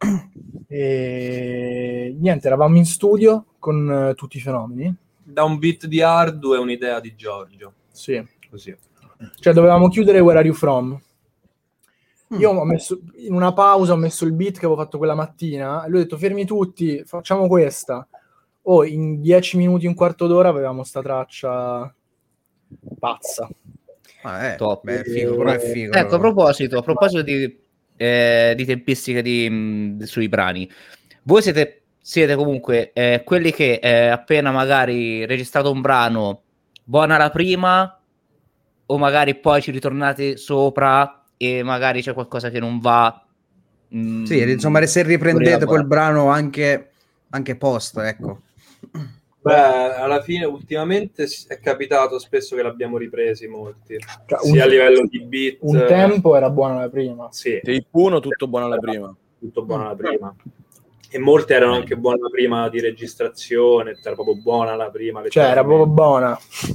E niente, eravamo in studio con eh, tutti i fenomeni. Da un beat di Ardu e un'idea di Giorgio. Sì. Così. Cioè dovevamo chiudere Where Are You From? Mm. Io ho messo in una pausa, ho messo il beat che avevo fatto quella mattina e lui ha detto fermi tutti, facciamo questa. Oh, in dieci minuti, un quarto d'ora avevamo sta traccia pazza. Ah, eh, Top. beh, è figo, però è figo. Ecco, a però. proposito, a proposito di, eh, di tempistiche di, mh, sui brani, voi siete, siete comunque eh, quelli che eh, appena magari registrato un brano, buona la prima, o magari poi ci ritornate sopra e magari c'è qualcosa che non va. mh, Sì, insomma, se riprendete poi il rielaborate. brano anche, anche post, ecco. Beh, alla fine ultimamente s- è capitato spesso che l'abbiamo ripresi molti, Cioè, sia a un, livello di beat. un tempo era buona la prima. Sì, Tape uno, tutto buono alla prima. tutto buono la prima. E molte erano Bene. anche buone la prima di registrazione, era proprio buona la prima. Cioè, era proprio buona.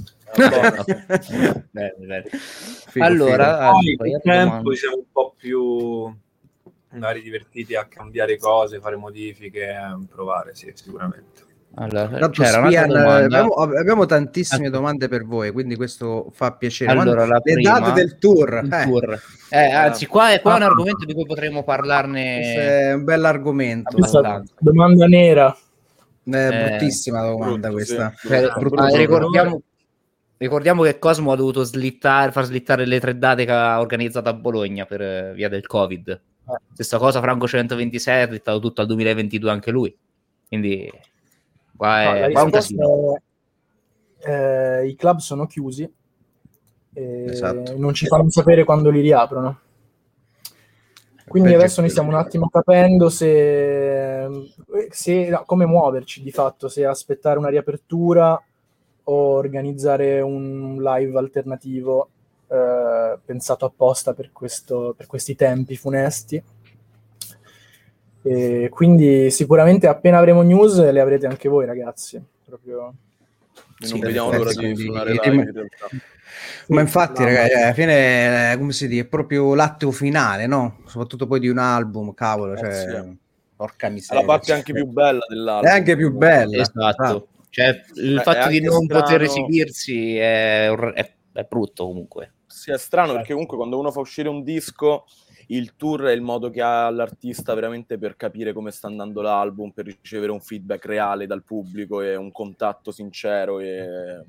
Bene, bene. Figo, Allora, Poi poi col altre tempo domande. ci siamo un po' più magari divertiti a cambiare cose, fare modifiche, eh, provare, sì, sicuramente. Allora, Tanto c'era un'altra Spian, domanda. abbiamo, abbiamo tantissime Ecco. domande per voi, quindi questo fa piacere. Allora, Quando- la le prima, date del tour, il eh, tour. Eh, anzi, qua è, qua è un argomento di cui potremmo questo parlarne è un bell'argomento. Questa abbastanza. domanda nera. È Eh, bruttissima domanda brutto, sì, questa. Cioè, brutto, brutto ah, proprio. ricordiamo, ricordiamo che Cosmo ha dovuto slittare, far slittare le tre date che ha organizzato a Bologna per eh, via del Covid. Stessa cosa Franco centoventisei, ha slittato tutto al duemilaventidue anche lui. Quindi qua No, è, la qua è un risposta casino. è eh, i club sono chiusi e Esatto. non ci fanno sapere quando li riaprono. Quindi Peggio adesso è noi stiamo un attimo capendo se, se no, come muoverci di fatto, se aspettare una riapertura o organizzare un live alternativo eh, pensato apposta per, questo, per questi tempi funesti. E quindi sicuramente appena avremo news le avrete anche voi, ragazzi. Proprio... Non Sì, vediamo in l'ora effetti, di quindi- suonare live, in realtà. Ma Sì, infatti, ma- ragazzi, alla fine, eh, come si dice, è proprio l'atto finale, no? Soprattutto poi di un album, cavolo, Eh, cioè, sì. porca È miseria. la parte cioè. anche più bella dell'album. È anche più bella. Esatto. Cioè, il È fatto di anche non strano- poter esibirsi è, un- è- è brutto comunque. Sì, è strano perché comunque quando uno fa uscire un disco, il tour è il modo che ha l'artista veramente per capire come sta andando l'album, per ricevere un feedback reale dal pubblico e un contatto sincero. E...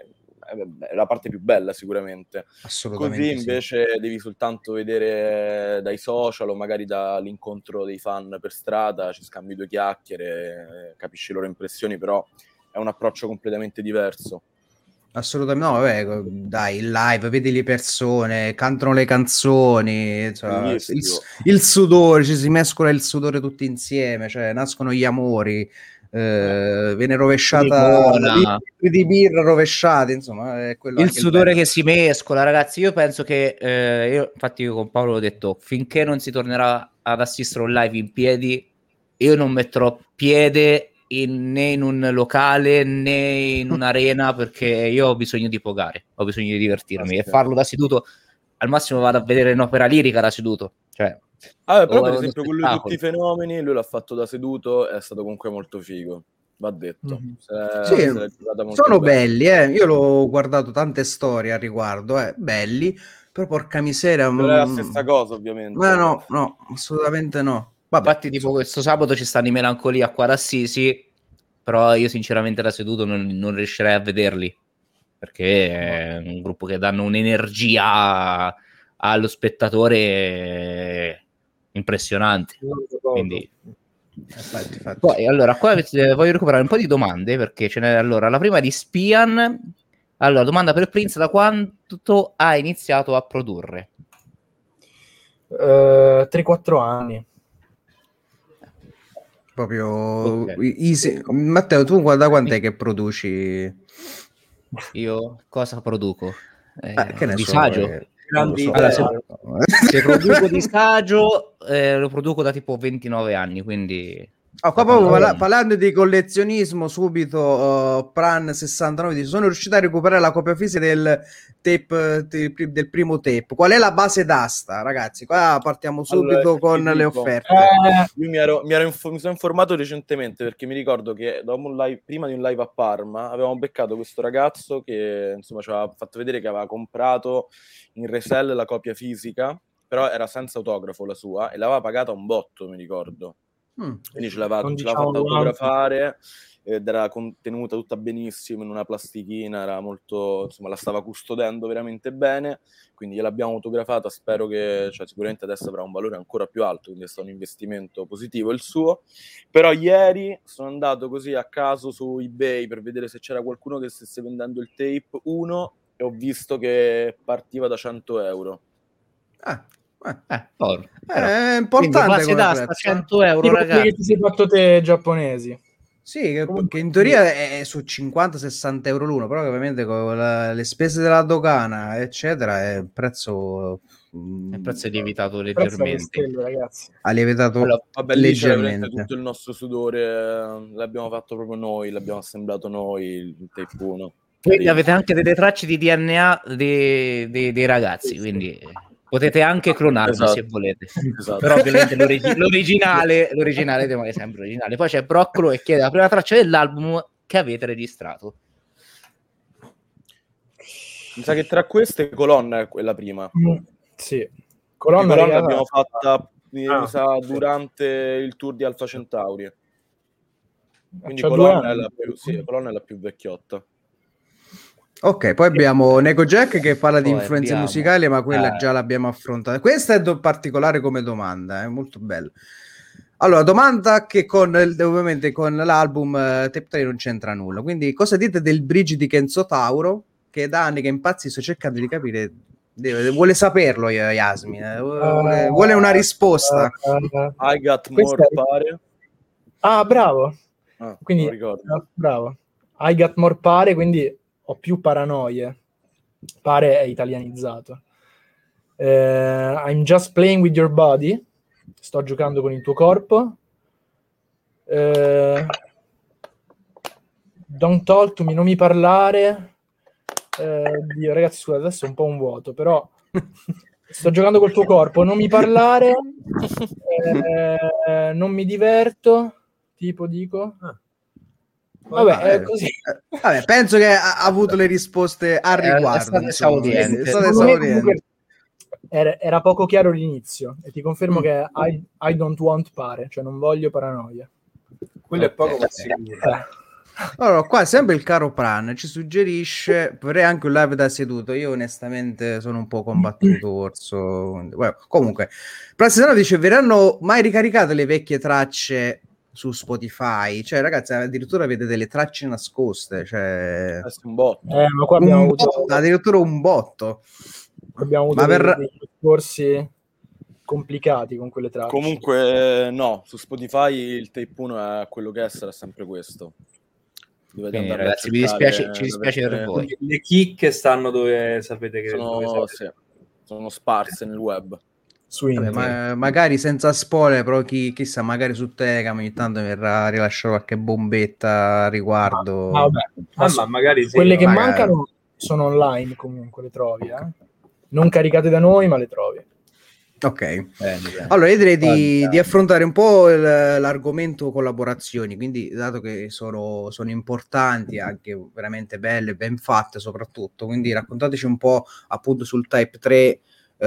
è la parte più bella sicuramente. Assolutamente. Così sì. invece devi soltanto vedere dai social o magari dall'incontro dei fan per strada, ci scambi due chiacchiere, capisci le loro impressioni, però è un approccio completamente diverso. Assolutamente no, vabbè, dai, il live, vedi le persone, cantano le canzoni, cioè, il, Bellissimo. il sudore, ci si mescola il sudore tutti insieme, cioè nascono gli amori, eh, viene rovesciata Limona. litri di birra rovesciati, insomma, è quello Il anche sudore bello. che si mescola, ragazzi. Io penso che eh, io, infatti, io con Paolo ho detto: finché non si tornerà ad assistere un live in piedi, io non metterò piede in, né in un locale né in un'arena, perché io ho bisogno di pogare, ho bisogno di divertirmi e farlo da seduto. Al massimo vado a vedere un'opera lirica da seduto, cioè, Ah, però o per uno esempio quello di spettacolo. tutti i fenomeni, lui l'ha fatto da seduto, è stato comunque molto figo, va detto. Mhm. Se l'è- Sì, se l'è giocata molto sono bene. belli, eh. Io l'ho guardato tante storie al riguardo, eh, belli, però porca miseria. Non è la mm, stessa cosa, ovviamente. Ma no, no, assolutamente no. Vabbè, Infatti, tipo, questo sabato ci stanno i Melancolia qua ad Assisi, però io sinceramente da seduto non, non riuscirei a vederli, perché è un gruppo che danno un'energia allo spettatore impressionante. Quindi infatti, infatti. poi allora qua eh, voglio recuperare un po' di domande, perché ce n'è. Allora, la prima di Spian. Allora, domanda per Prince: da quanto ha iniziato a produrre? Eh, tre quattro anni. Proprio Ok. easy. Matteo, tu da quant'è che produci? Io cosa produco? Eh, Ah, che ne so, disagio. eh. grandi so. idee. Allora, se, se produco disagio, eh, lo produco da tipo ventinove anni, quindi... Oh, qua proprio parla- parlando di collezionismo, subito uh, Pran sessantanove dice: sono riuscito a recuperare la copia fisica del tape te- del primo tape. Qual è la base d'asta, ragazzi? Qua partiamo subito Allora, con ti le dico, offerte. Eh, Io mi ero, mi ero info- mi sono informato recentemente perché mi ricordo che dopo un live, prima di un live a Parma avevamo beccato questo ragazzo che insomma ci aveva fatto vedere che aveva comprato in resell la copia fisica, però era senza autografo la sua e l'aveva pagata un botto, mi ricordo. Mm. Quindi ce l'aveva, Non ce l'aveva diciamo fatta quanto. autografare ed era contenuta tutta benissimo in una plastichina, era molto, insomma, la stava custodendo veramente bene, quindi gliel'abbiamo autografata, spero che, cioè, sicuramente adesso avrà un valore ancora più alto, quindi è stato un investimento positivo il suo. Però ieri sono andato così a caso su eBay per vedere se c'era qualcuno che stesse vendendo il tape uno e ho visto che partiva da cento euro. Ah, eh. Eh, povero, Eh, però. è Quindi importante base come d'asta prezzo. cento euro, tipo quelli che ragazzi. ti sei fatto te giapponesi. Sì, che, Comunque, che in teoria è, è su cinquanta sessanta euro l'uno, però che ovviamente con la- le spese della dogana, eccetera, è un prezzo, mm, Il prezzo è lievitato il prezzo è alle leggermente. stelle, ragazzi. ha lievitato Allora, Vabbè, lì c'era veramente leggermente. tutto il nostro sudore, eh, l'abbiamo fatto proprio noi, l'abbiamo assemblato noi, il tape uno. Quindi Carino. avete anche delle tracce di D N A dei, dei- dei ragazzi, quindi potete anche clonarli Esatto. se volete. Esatto. Però ovviamente l'origi- l'originale, l'originale rimane sempre originale. Poi c'è Broccolo e chiede la prima traccia dell'album che avete registrato. Mi sa che tra queste colonna è quella prima. Mm, sì. Di Colonna, colonna regata- l'abbiamo fatta, mi, Ah, mi sa, sì. durante il tour di Alfa Centauri. Quindi C'ha due colonna è anni. la più, sì, colonna è la più vecchiotta. Ok, poi abbiamo Nego Jack che parla di Poi influenze abbiamo- musicali, ma quella eh. già l'abbiamo affrontata. Questa è do- particolare come domanda, è molto bella. Allora, domanda che con il- ovviamente con l'album eh, Tape tre non c'entra nulla. Quindi, cosa dite del bridge di Kenzo Tauro? Che da anni che impazzi, sto cercando di capire. Deve- vuole saperlo, eh, Yasmin. eh, Vuole, Uh, vuole una risposta. uh, I got Questa more è- pare. Ah, bravo. Ah, Quindi, non ricordo. ah, bravo. I got more pare, quindi ho più paranoie. Pare è italianizzato. Eh, I'm just playing with your body. Sto giocando con il tuo corpo. Eh, don't talk to me, non mi parlare. Eh, Dio, ragazzi, scusate, adesso è un po' un vuoto, però sto giocando col tuo corpo, non mi parlare. Eh, non mi diverto, tipo dico. Vabbè, Vabbè, è così. eh, vabbè, penso che ha ha avuto le risposte a Eh, è riguardo. stato insomma, esauriente. quindi è stato Secondo me, esauriente. comunque, era, era poco chiaro l'inizio e ti confermo Mm. che I, I don't want pare, cioè non voglio paranoia. Quello è poco Ok. ma sicuro. Eh. Allora, qua sempre il caro Pran ci suggerisce, vorrei anche un live da seduto, io onestamente sono un po' combattuto orso, quindi, vabbè, comunque, Prassino dice, verranno mai ricaricate le vecchie tracce su Spotify? Cioè ragazzi, addirittura avete delle tracce nascoste, cioè Adesso un botto. Eh, ma qua abbiamo un avuto, botto, addirittura un botto. abbiamo avuto Ma dei, verrà- dei discorsi complicati con quelle tracce. Comunque, eh, no, su Spotify il tape uno è quello che è, sarà sempre questo. Dovete Quindi, andarlo a ragazzi, mi cercare dispiace, ci la dispiace per versione- voi. Le chicche stanno dove sapete che dove Sono, sapete. sì, sono sparse nel web. Su Vabbè, internet. ma magari senza spoiler, però chi, chissà, magari su Telegram ogni tanto verrà rilasciata qualche bombetta a riguardo. Ah, vabbè. Ah, Ma ma magari sì, quelle che magari. mancano sono online comunque, le trovi, eh? Non caricate da noi, ma le trovi. Ok, Bene, bene. allora io direi di, Guarda. di affrontare un po' il- l'argomento collaborazioni, quindi dato che sono, sono importanti, anche veramente belle, ben fatte soprattutto, quindi raccontateci un po' appunto sul Type tre.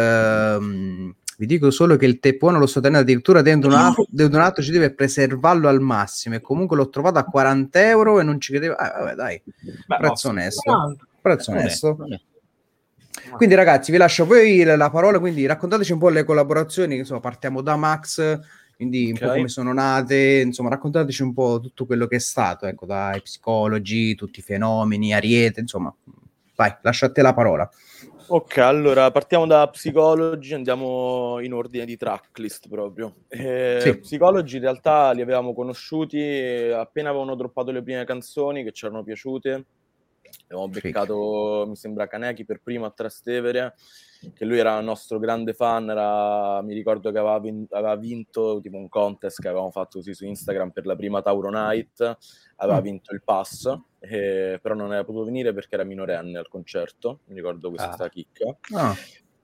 ehm, vi dico solo che il Type uno lo sto tenendo addirittura dentro un, altro, dentro un altro C D per preservarlo al massimo e comunque l'ho trovato a quaranta euro e non ci credevo. Ah, vabbè, dai, Beh, prezzo no, onesto, prezzo Non è- onesto. non è. Quindi ragazzi vi lascio voi la parola, quindi raccontateci un po' le collaborazioni, insomma partiamo da Max, quindi un Ok. po' come sono nate, insomma raccontateci un po' tutto quello che è stato, ecco, dai psicologi, tutti i fenomeni, Ariete, insomma, vai, lascio a te la parola. Ok, allora partiamo da Psicologi, andiamo in ordine di tracklist proprio. Eh, Sì. Psicologi in realtà li avevamo conosciuti appena avevano droppato le prime canzoni che ci erano piacute. Abbiamo Sì. beccato, mi sembra, Kaneki per primo a Trastevere che lui era il nostro grande fan, era, mi ricordo che aveva, vin- aveva vinto tipo un contest che avevamo fatto così su Instagram per la prima Tauro Night, aveva Mm. vinto il pass, eh, però non era potuto venire perché era minorenne al concerto, mi ricordo questa Ah. chicca. Ah.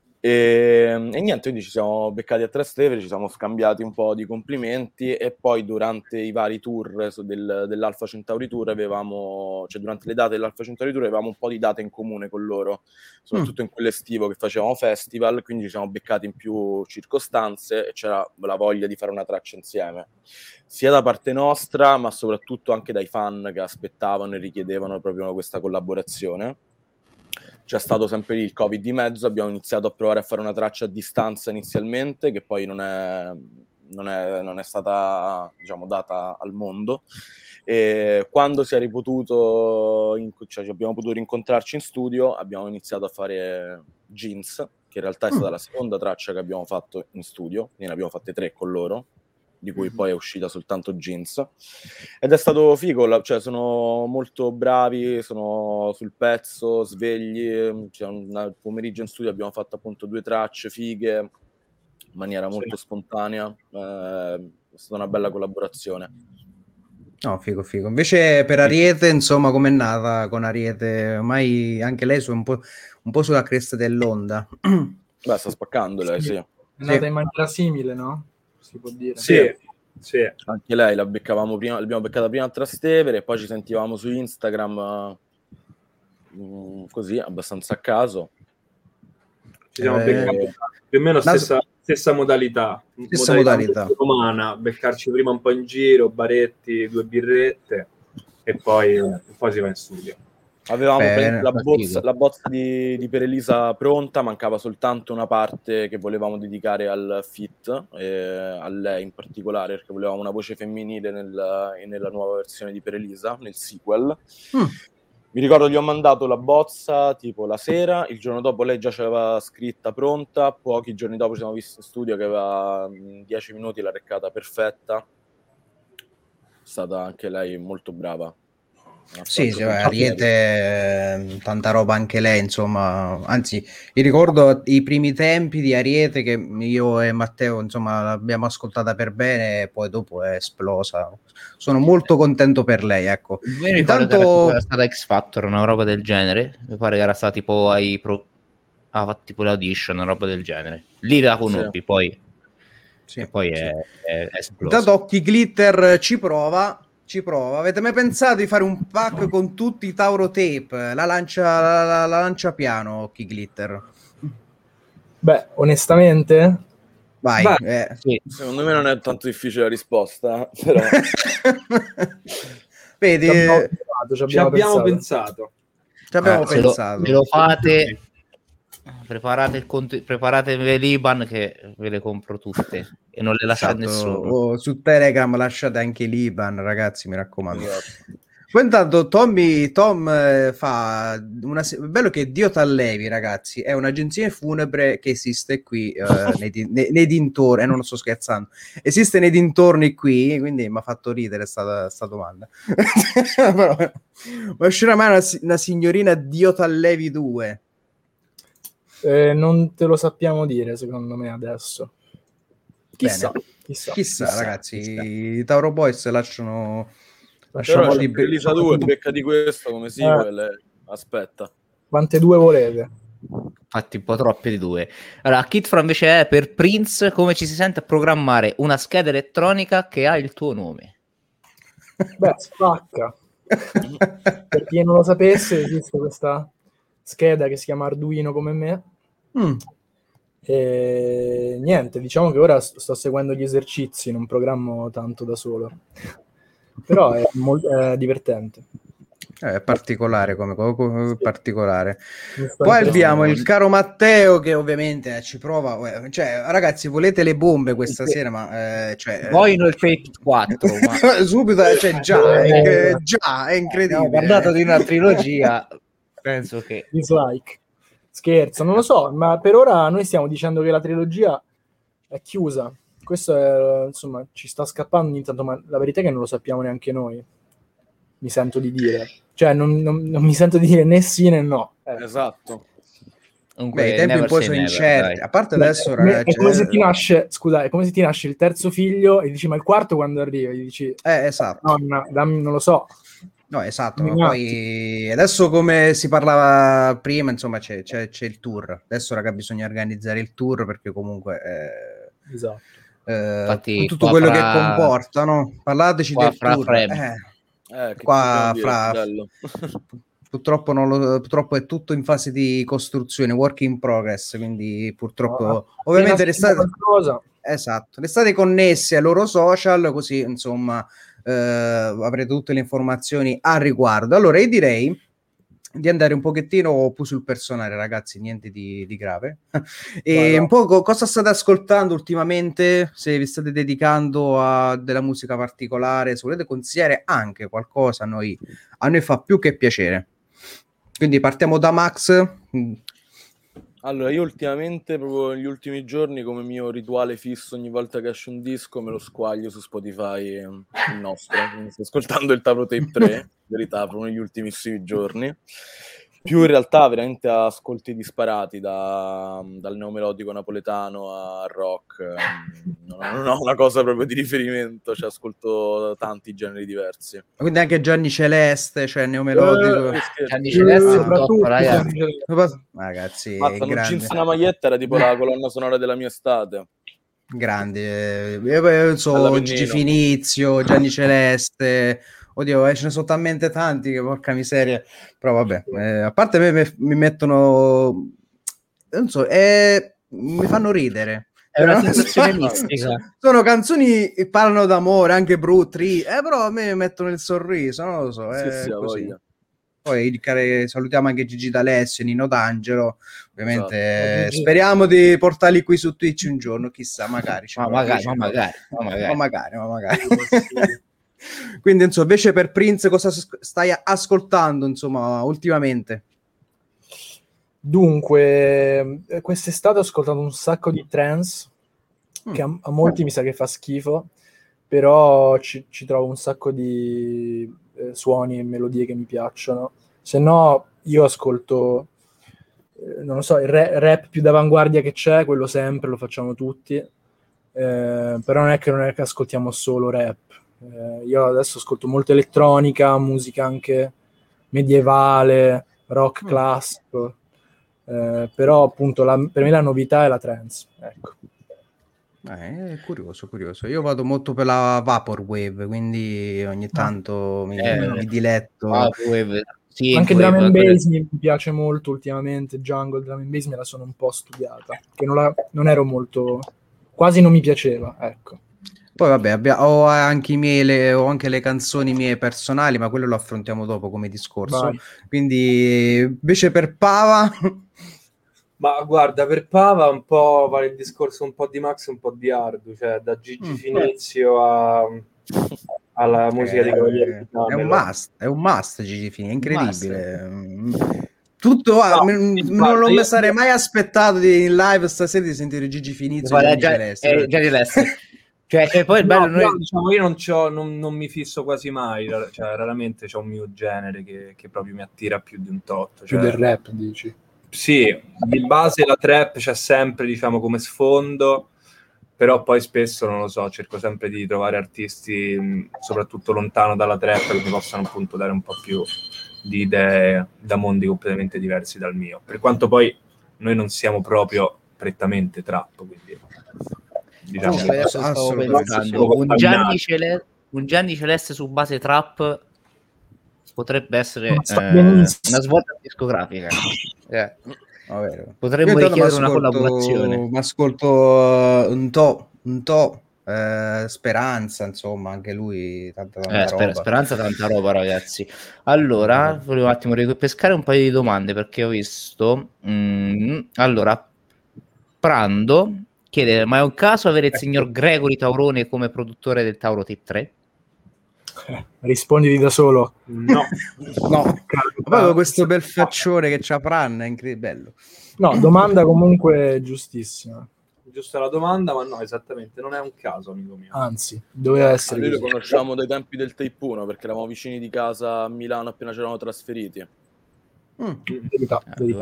E, e niente, quindi ci siamo beccati a Trastevere, ci siamo scambiati un po' di complimenti e poi durante i vari tour su del, dell'Alpha Centauri Tour avevamo, cioè durante le date dell'Alpha Centauri Tour avevamo un po' di date in comune con loro, soprattutto Mm. in quell'estivo che facevamo festival, quindi ci siamo beccati in più circostanze e c'era la voglia di fare una traccia insieme, sia da parte nostra ma soprattutto anche dai fan che aspettavano e richiedevano proprio questa collaborazione. C'è stato sempre lì il Covid di mezzo, abbiamo iniziato a provare a fare una traccia a distanza inizialmente, che poi non è, non è, non è stata, diciamo, data al mondo. E quando si è ripotuto, in, cioè abbiamo potuto rincontrarci in studio, abbiamo iniziato a fare Jeans, che in realtà è stata la seconda traccia che abbiamo fatto in studio, quindi ne abbiamo fatte tre con loro, di cui poi è uscita soltanto Jeans, ed è stato figo, la- cioè sono molto bravi, sono sul pezzo, svegli, cioè un pomeriggio in studio abbiamo fatto appunto due tracce fighe in maniera molto Sì. spontanea, eh, è stata una bella collaborazione. No, figo, figo. Invece per Ariete, insomma, com'è nata con Ariete? Ormai anche lei su un po', un po' sulla cresta dell'onda. Beh, sta spaccando lei, sì. È nata Sì. in maniera simile, no? Si può dire. Sì, sì. Anche lei la beccavamo prima, l'abbiamo beccata prima a Trastevere, poi ci sentivamo su Instagram mh, così, abbastanza a caso. Ci siamo Eh, beccati più o meno Nato- stessa, stessa modalità, Stessa modalità. molto romana, beccarci prima un po' in giro, baretti, due birrette e poi, e poi si va in studio. Avevamo Beh, praticamente la figo. bozza, la bozza di, di Per Elisa pronta, mancava soltanto una parte che volevamo dedicare al feat, eh, a lei in particolare, perché volevamo una voce femminile nel- nella nuova versione di Per Elisa, nel sequel. Mm. Mi ricordo gli ho mandato la bozza tipo la sera, il giorno dopo lei già ce l'aveva scritta pronta, pochi giorni dopo ci siamo visti in studio che aveva in dieci minuti la reccata perfetta. È stata anche lei molto brava. Ha Sì, fatto sì, beh, sempre Ariete, eh, tanta roba anche lei, insomma, anzi, mi ricordo i primi tempi di Ariete che io e Matteo, insomma, l'abbiamo ascoltata per bene e poi dopo è esplosa. Sono molto contento per lei, ecco. Mi ricordo che era, Intanto, tipo, era stata X Factor, una roba del genere. Mi pare che era stata tipo ai pro... ha fatto tipo l'audition, una roba del genere. Lì la conobbi, Sì. poi, sì, e poi sì. è, è, è esplosa. Intanto Occhi Glitter ci prova, ci prova. Avete mai pensato di fare un pack con tutti i Tauro Tape? La lancia, la, la- la lancia piano, Occhi Glitter. Beh, onestamente, Vai. Beh, eh. Sì. Secondo me non è tanto difficile la risposta, però Vedi, ci abbiamo eh, pensato, ci ci abbiamo abbiamo pensato. pensato. ci abbiamo Eh, se, lo, pensato. se lo fate, preparate il conto, preparate l'Iban che ve le compro tutte e non le lasciate a Esatto. nessuno. O su Telegram lasciate anche l'I B A N, ragazzi, mi raccomando. esatto. Poi intanto Tommy, Tom eh, fa una, se- bello che Dio t'allevi, ragazzi, è un'agenzia funebre che esiste qui eh, nei, di- nei- nei dintorni, eh, non sto scherzando, esiste nei dintorni qui, quindi mi ha fatto ridere sta, sta domanda. Però, ma uscirà mai una, si- una signorina Dio t'allevi due? Eh, non te lo sappiamo dire, secondo me, adesso. Chissà, Bene. chissà. Chissà, chissà, ragazzi, chissà. i Tauro Boys lasciano, Lasciamo Però lasciamo c'è liberi. Elisa due, becca di questo come Eh. sequel, eh, aspetta. Quante due volete? Infatti un po' troppe di due. Allora, Kid Fra invece è per Prince, come ci si sente a programmare una scheda elettronica che ha il tuo nome? Beh, spacca. Per chi non lo sapesse, esiste questa scheda che si chiama Arduino come me. Mm. E niente, diciamo che ora sto, sto seguendo gli esercizi, non programmo tanto da solo. Però è, mol- è divertente. È particolare come co- co- Sì. particolare. Mi sto Poi impressionando. abbiamo il caro Matteo che ovviamente eh, ci prova. eh, Cioè, ragazzi, volete le bombe questa Sì. sera? Ma eh, cioè, eh, Vogliono il Tape quattro, ma subito, eh, cioè, già, è, che- già, è abbiamo incredibile. parlato di una trilogia. Penso che Dislike. Scherzo, non lo so, ma per ora noi stiamo dicendo che la trilogia è chiusa. Questo è, insomma, ci sta scappando ogni tanto, ma la verità è che non lo sappiamo neanche noi. Mi sento di dire. Cioè, non, non- non mi sento di dire né sì né no. Eh. Esatto. Comunque, Beh, i tempi un never po' say sono never, incerti. dai. A parte Beh, adesso, è come- ragazzi, è come se eh, ti nasce, scusa, è come se ti nasce il terzo figlio e dici ma il quarto quando arriva? Gli dici eh, esatto. nonna, dammi, non lo so. No, esatto, Dammi ma un attimo. poi adesso come si parlava prima, insomma, c'è, c'è- c'è il tour. Adesso, raga, bisogna organizzare il tour perché comunque eh, Esatto. eh, Infatti, con tutto qua quello fra- che comporta, no? Parlateci qua del fra tour. frame. Eh, Eh, che qua ti fra bello. purtroppo, non lo- purtroppo è tutto in fase di costruzione, work in progress, quindi purtroppo ovviamente Appena si sa restate, qualcosa, esatto, restate connessi ai loro social, così insomma eh, avrete tutte le informazioni a riguardo. Allora io direi di andare un pochettino più sul personale, ragazzi, niente di, di grave. E Vai, vai. un po' co- cosa state ascoltando ultimamente, se vi state dedicando a della musica particolare, se volete consigliare anche qualcosa, a noi, a noi fa più che piacere. Quindi partiamo da Max. Mm, Allora, io ultimamente, proprio negli ultimi giorni, come mio rituale fisso, ogni volta che esce un disco me lo squaglio su Spotify, eh, il nostro. Quindi sto ascoltando il Tauro Tape tre, in verità, proprio negli ultimissimi giorni. Più in realtà veramente ascolti disparati, da, dal neomelodico napoletano a rock. ehm, Non, non ho una cosa proprio di riferimento, cioè ascolto tanti generi diversi. Quindi anche Gianni Celeste, cioè neomelodico. Che scherzo. Gianni eh, Celeste è un top, soprattutto ragazzi. Gianni Celeste. Ragazzi, Mazza, un grande. jeans e una maglietta era tipo la colonna sonora della mia estate. Grandi, eh, io io so Bella Gigi Pennino. Finizio, Gianni Celeste, oddio, eh, ce ne sono talmente tanti che porca miseria, però vabbè, eh, a parte me, me- mi mettono, non so, eh, mi fanno ridere. È una Però- sensazione mistica. sono canzoni che parlano d'amore, anche brutti, eh, però a me mi mettono il sorriso, non lo so, Sì, è sì, ha così. voglia. Poi care- salutiamo anche Gigi D'Alessio, Nino D'Angelo, ovviamente Esatto. eh, Gigi. speriamo di portarli qui su Twitch un giorno, chissà, magari. ci Ma provo, magari, ci ma provo. magari, ma magari. Ma magari, ma magari. Quindi insomma, invece per Prince cosa s- stai ascoltando insomma ultimamente? Dunque, eh, quest'estate ho ascoltato un sacco di trance, Mm. che a, a molti mi sa che fa schifo, però ci, ci trovo un sacco di eh, suoni e melodie che mi piacciono. Se no, io ascolto, eh, non lo so, il ra- rap più d'avanguardia che c'è, quello sempre, lo facciamo tutti, eh, però non è che non è che ascoltiamo solo rap. Eh, io adesso ascolto molto elettronica, musica anche medievale, rock Mm. classico. Eh, però appunto la- per me la novità è la trance, ecco. Eh, è curioso, curioso. Io vado molto per la Vaporwave, quindi ogni tanto mi, Eh, mi diletto. Ah, wave. Sì, Anche wave, drum and quelle- bass mi piace molto ultimamente, jungle drum and bass me la sono un po' studiata, che non, la- non ero molto, quasi non mi piaceva, ecco. Poi vabbè, abbia- ho anche i miei, le, ho anche le canzoni mie personali, ma quello lo affrontiamo dopo come discorso. Vai. Quindi invece per Pava, Ma guarda, per Pava un po' vale il discorso un po' di Max e un po' di Ardu, cioè da Gigi Mm. Finizio a, alla musica di Cavalieri eh, di è un Camelot. must, è un must Gigi Fini, è incredibile. Must. Mm. Tutto, ah, No, m- sì, non, guarda, non mi io- sarei mai aspettato di, in live stasera di sentire Gigi Finizio e Guarda, Gianni già- Celeste. eh, Gianni Celeste. Cioè, che poi il No, bello, però, noi... diciamo, io non, c'ho- non, non mi fisso quasi mai, ra- cioè raramente c'è un mio genere che, che proprio mi attira più di un tot. Più Cioè, del rap, dici. sì, di base la trap c'è sempre, diciamo, come sfondo, però poi spesso, non lo so, cerco sempre di trovare artisti, mh, soprattutto lontano dalla trap, che mi possano appunto dare un po' più di idee da mondi completamente diversi dal mio. Per quanto poi noi non siamo proprio prettamente trap, quindi diciamo Sì, Comunque, che- adesso stavo assolutamente. pensando, un Contaminati. Gianni, Cele- un Gianni Celeste su base trap potrebbe essere Ma sta eh, benissimo. una svolta discografica. Eh, No, vero. Potremmo Io intanto richiedere una m'ascolto- collaborazione. m'ascolto uh, un to, un to, eh, Speranza, insomma, anche lui tanta, tanta Eh, sper- roba. speranza tanta roba, ragazzi. Allora, volevo un attimo ripescare un paio di domande perché ho visto. mm, allora, Prando chiede: ma è un caso avere il signor Gregory Taurone come produttore del Tauro Tape tre? Eh, risponditi da solo. No, No, Calma. proprio questo bel faccione che c'ha Pran, è incredibile, bello. No, domanda comunque giustissima. giusta la domanda, ma no, esattamente, non è un caso, amico mio. Anzi, doveva Ah, essere noi lo così. conosciamo dai tempi del Tape uno, perché eravamo vicini di casa a Milano appena ci eravamo trasferiti. Mm. Verità, verità. Allora,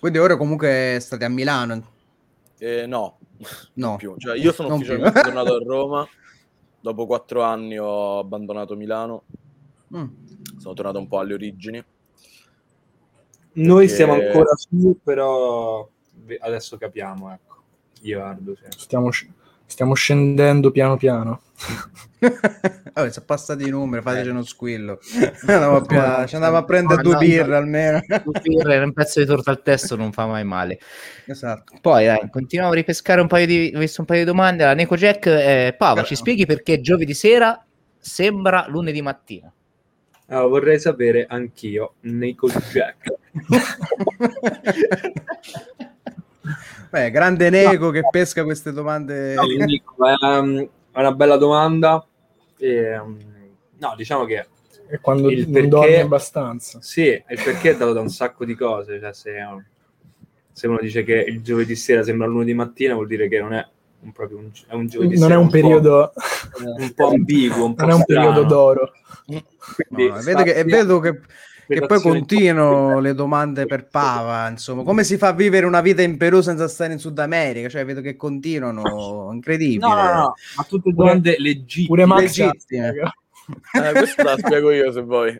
Quindi ora comunque state a Milano? Eh, no, no, non più. Cioè, io sono non ufficialmente più. tornato a Roma. Dopo quattro anni ho abbandonato Milano. Mm. Sono tornato un po' alle origini. Noi perché... siamo ancora su, però adesso capiamo, ecco. Io Ardo, sì. Stiamo, stiamo scendendo piano piano. Vabbè, sono passati i numeri, fateci uno squillo. Andiamo a, pia... Ci andiamo a prendere due birre almeno. Due birre e un pezzo di torta al testo non fa mai male. Esatto. Poi dai, continuiamo a ripescare un paio di, ho visto un paio di domande. La Neco Jack, eh, Pava, Però... ci spieghi perché giovedì sera sembra lunedì mattina? Ah, vorrei sapere anch'io, Neco Jack. Beh, grande Neco no. che pesca queste domande. No, dico, è, è una bella domanda. E, no, diciamo che e quando il non dormi abbastanza. Sì, il perché è dato da un sacco di cose. Cioè, se, se uno dice che il giovedì sera sembra lunedì mattina, vuol dire che non è un, proprio un, è un giovedì non sera. È un, un periodo un po' ambiguo, un po' non è un periodo d'oro. Quindi, no, vedo che, vedo che, che poi continuano le domande per Pava, insomma, come si fa a vivere una vita in Perù senza stare in Sud America? Cioè, vedo che continuano, incredibile. No, no, no, ma tutte domande legittime. Pure Max legittime. Eh, questo la spiego io se vuoi.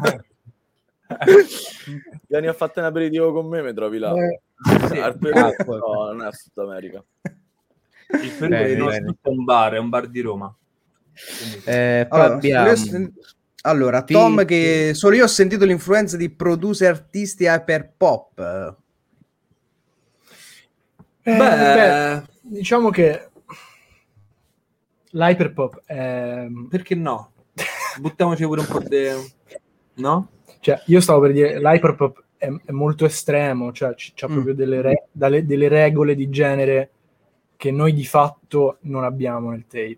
Vieni a fare un aperitivo con me, mi trovi là. Eh, sì. Al Perù, ah, no, non è Sud America. Il Perù bene, è bene. un bar, è un bar di Roma. Eh, poi allora, abbiamo... sen... allora Tom sì, che sì. Solo io ho sentito l'influenza di producer artisti hyper pop. Eh, beh, beh, diciamo che l'hyperpop è... perché no? Buttiamoci pure un po' di... no? Cioè, io stavo per dire, l'hyperpop è, è molto estremo, cioè c'ha mm. proprio delle, re, dalle, delle regole di genere che noi di fatto non abbiamo nel tape.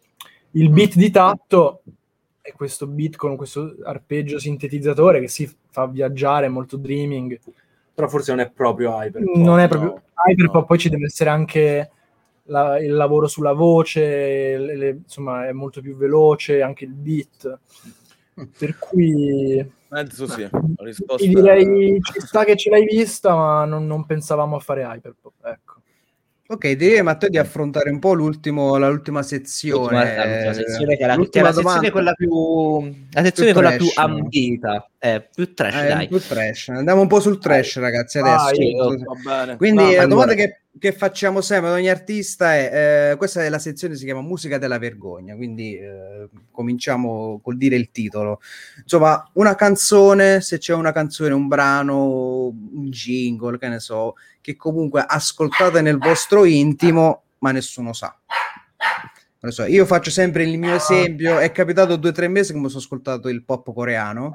Il beat di Tatto è questo beat con questo arpeggio sintetizzatore che si fa viaggiare, molto dreaming. Però forse non è proprio hyperpop. Non è proprio no, hyperpop, no. Poi ci deve essere anche la, il lavoro sulla voce, le, le, insomma è molto più veloce, anche il beat. Per cui... Mezzo sì, la risposta ti direi è... ci sta che ce l'hai vista, ma non, non pensavamo a fare hyperpop, ecco. Ok, direi Matteo di affrontare un po' l'ultimo, la l'ultima sezione. L'ultima, l'ultima sezione che è la, che è la sezione quella più la sezione più quella trash, più ambita, eh, più trash, eh, dai. Più trash. Andiamo un po' sul trash, ah, ragazzi, adesso. Ah, io, Quindi no, la domanda che, che facciamo sempre ad ogni artista è, eh, questa è la sezione, si chiama Musica della vergogna, quindi eh, cominciamo col dire il titolo. Insomma, una canzone, se c'è una canzone, un brano, un jingle, che ne so, che comunque ascoltate nel vostro intimo, ma nessuno sa. Non lo so, io faccio sempre il mio esempio. È capitato due o tre mesi che mi sono ascoltato il pop coreano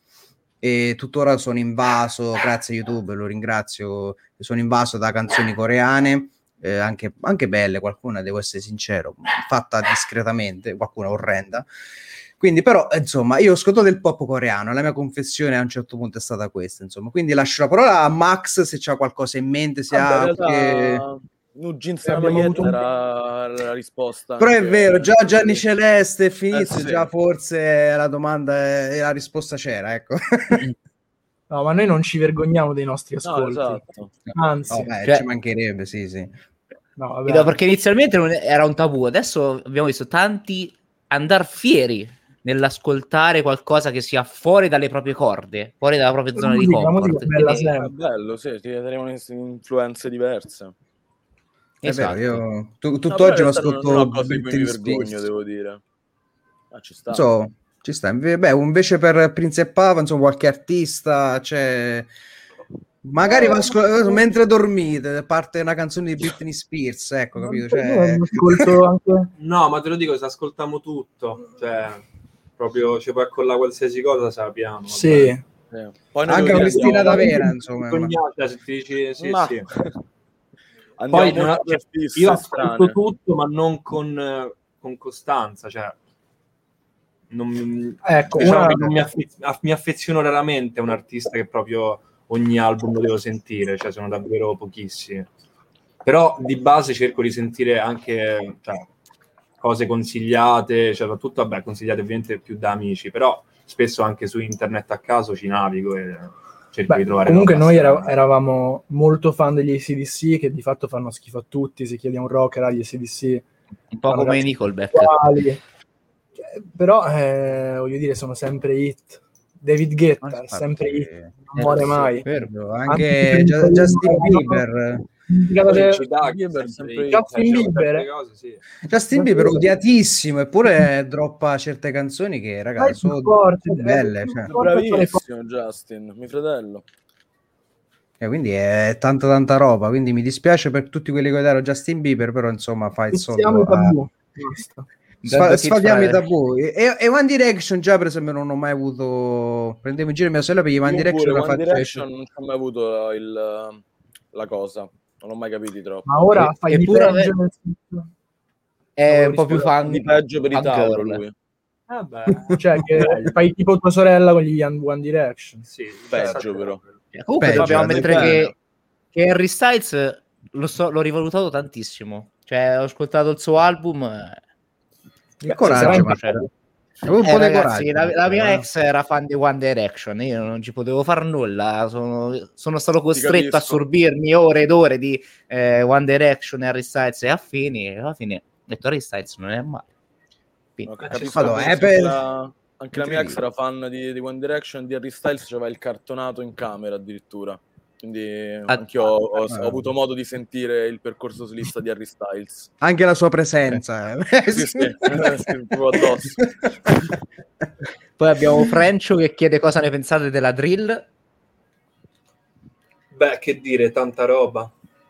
e tuttora sono invaso, grazie a YouTube, lo ringrazio, sono invaso da canzoni coreane, eh, anche, anche belle, qualcuna, devo essere sincero, fatta discretamente, qualcuna orrenda. Quindi, però, insomma, io ho ascoltato del pop coreano, la mia confessione a un certo punto è stata questa, insomma. Quindi lascio la parola a Max se c'ha qualcosa in mente, se ah, ha... Realtà... Che... No, jeans e maglietta un... era la risposta. Però anche... è vero, già Gianni Celeste finizio, eh, sì. già forse la domanda e la risposta c'era, ecco. No, ma noi non ci vergogniamo dei nostri ascolti. No, esatto. Anzi, no, beh, cioè... ci mancherebbe, sì, sì. No, vabbè. Perché inizialmente non era un tabù, adesso abbiamo visto tanti andar fieri nell'ascoltare qualcosa che sia fuori dalle proprie corde, fuori dalla propria zona di comfort. È bella Quindi... è bello, sì, ti vedremo influenze diverse. Esatto. È vero, io tu, tutt'oggi no, mi ascolto non ho cose di cui mi vergogno, devo dire. Ah, ci sta. So, ci sta. Beh, invece per Prince e Pava, insomma, qualche artista c'è... Magari eh, ascol- mentre dormite parte una canzone di Britney Spears, ecco, capito? Cioè... anche... No, ma te lo dico, se ascoltiamo tutto, cioè proprio ci puoi accollare qualsiasi cosa, sappiamo. Sì. Eh. Poi anche Cristina D'Avera, insomma. Cioè, se ti dici sì, ma... sì. Poi non ha, cioè, io ascolto tutto, ma non con, con costanza, cioè non, ecco, diciamo una... che non mi, affe- mi affeziono raramente a un artista che proprio ogni album lo devo sentire, cioè sono davvero pochissimi. Però di base cerco di sentire anche cioè, cose consigliate, cioè, soprattutto vabbè, consigliate ovviamente più da amici, però spesso anche su internet a caso ci navigo e cerchi Beh, di trovare comunque roba noi era- strana. eravamo molto fan degli A C D C, che di fatto fanno schifo a tutti. Se chiedi a un rocker agli A C D C, Un po' fanno come i cazzi Nickelback. uguali. Eh, però eh, voglio dire, sono sempre hit. David Ma Guetta è infatti, sempre hit, eh, non muore sì, mai. vero, Anche anche Ju- per- Justin per- Bieber. Dimenticate Poi de- ci dà Bieber sempre Justin Cioè, ci sono Bieber, certe eh. cose, sì. Justin Bieber odiatissimo, eppure droppa certe canzoni che, Dai, ragazzi, più sono forte, sono eh, belle. più Cioè. forte sono le Bravissimo Justin, mio fratello. E quindi è tanta tanta roba, quindi mi dispiace per tutti quelli che odiano Justin Bieber, però insomma fa il Fissiamo soldo i a... tabù. Basta. Sfa- Dando sfatiamo i cifra- tabù. E, e One Direction già per esempio non ho mai avuto, prendevo in giro mia sorella per gli One Io Direction pure la One faccio Direction non ci ho mai avuto il, la cosa, non l'ho mai capito troppo. Ma ora E- fai di eppure peggio ave- nel senso- È un po' più fan Di peggio per i fan Tauro girl. lui. Vabbè, Cioè, che fai tipo tua sorella con gli One Direction. sì, Peggio, cioè, però. Comunque Peggio, dobbiamo dai, ammettere bene. che, che Harry Styles l'ho, so- l'ho rivalutato tantissimo. Cioè, ho ascoltato il suo album. eh, il coraggio, sì, ma cioè, avevo un eh, po' di ragazzi, coraggio. la, la mia eh. ex era fan di One Direction, io non ci potevo far nulla, sono, sono stato costretto a capisco. assorbirmi ore ed ore di eh, One Direction, Harry Styles e affini, e alla fine ho detto Harry Styles non è male. Quindi, No, Beh, capisco, Madonna, anche eh, per- la, anche la mia ex Incredibile. era fan di, di One Direction, di Harry Styles, c'aveva il cartonato in camera addirittura. Quindi anche ho, ho, ho avuto modo di sentire il percorso solista di Harry Styles. Anche la sua presenza. eh. Sì, sì, sì, proprio addosso. Poi abbiamo Frencio che chiede cosa ne pensate della drill. beh, che dire, tanta roba.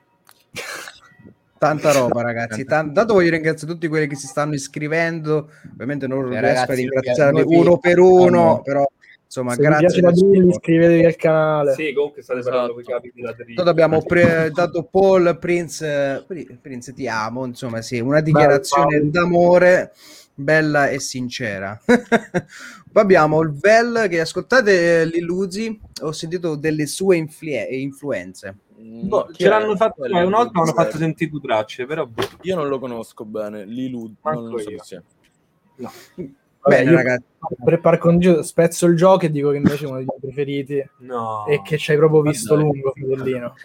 Tanta roba, ragazzi. Tan- Tanto voglio ringraziare tutti quelli che si stanno iscrivendo. Ovviamente non Eh, riesco ragazzi, a ringraziarvi noi vi- uno per uno, amo. però insomma, Se vi grazie piace la del drill, supporto. iscrivetevi al canale. Sì, comunque state Esatto. parlando con i capi della drill. Tanto abbiamo pre- dato Paul, Prince, Pri- Prince ti amo, insomma, sì, una dichiarazione Paolo. d'amore bella e sincera. Poi abbiamo il Vel che ascoltate l'Illuzi, ho sentito delle sue inflie- influenze. Mm, Boh, chi ce è? l'hanno fatto, Chi è eh, una volta hanno Lilud? fatto sentire due tracce, però boh, Io non lo conosco bene, Lilud, Manco non so io. chi sia. no. Vabbè, Bene, io ragazzi. per par condicio spezzo il gioco e dico che invece è uno dei miei preferiti No. e che ci hai proprio Ma visto dai. lungo, fratellino.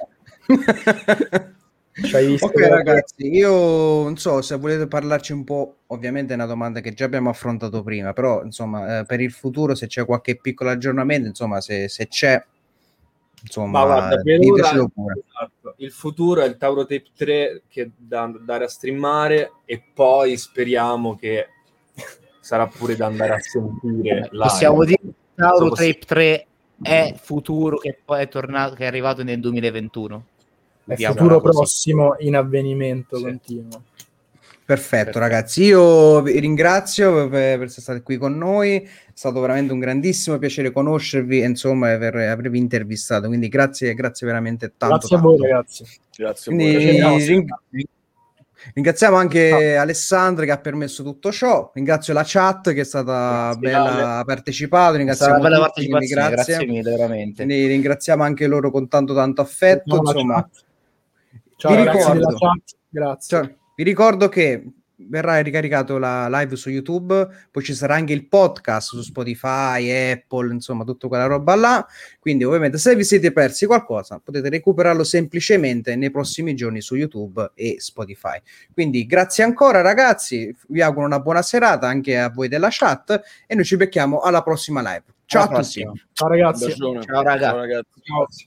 Ci hai visto Ok proprio- ragazzi, io non so se volete parlarci un po', ovviamente è una domanda che già abbiamo affrontato prima, però insomma eh, per il futuro se c'è qualche piccolo aggiornamento, insomma se, se c'è, Ma insomma guarda, per ditecelo ora, pure. esatto, il futuro è il Tauro Tape tre che da andare a streamare e poi speriamo che sarà pure da andare a sentire live. Possiamo dire che Tauro Dopo sì. Tape tre è futuro che poi è tornato, che è arrivato nel duemilaventuno. È Vediamola futuro così. prossimo in avvenimento Sì. continuo. Perfetto, Perfetto. ragazzi, io vi ringrazio per, per essere stati qui con noi, è stato veramente un grandissimo piacere conoscervi e insomma aver, avervi intervistato, quindi grazie, grazie veramente tanto. Grazie a tanto. voi, ragazzi. Grazie a Quindi voi. Piacere ring- ringraziamo anche Ah. Alessandro che ha permesso tutto ciò, ringrazio la chat che è stata Grazie, bella, ha partecipato, È stata ringraziamo una bella tutti, quindi partecipazione, grazie. grazie mille, veramente. Quindi ringraziamo anche loro con tanto tanto affetto, Ciao, la insomma. chat. Ciao Vi ragazzi ricordo. della chat, grazie. Cioè, vi ricordo che verrà ricaricato la live su YouTube, poi ci sarà anche il podcast su Spotify, Apple, insomma, tutta quella roba là. Quindi, ovviamente, se vi siete persi qualcosa, potete recuperarlo semplicemente nei prossimi giorni su YouTube e Spotify. Quindi, grazie ancora, ragazzi. Vi auguro una buona serata anche a voi della chat e noi ci becchiamo alla prossima live. Ciao Alla a tutti. prossima. Ciao ragazzi. Un bacione. Ciao, raga. Ciao ragazzi. Ciao.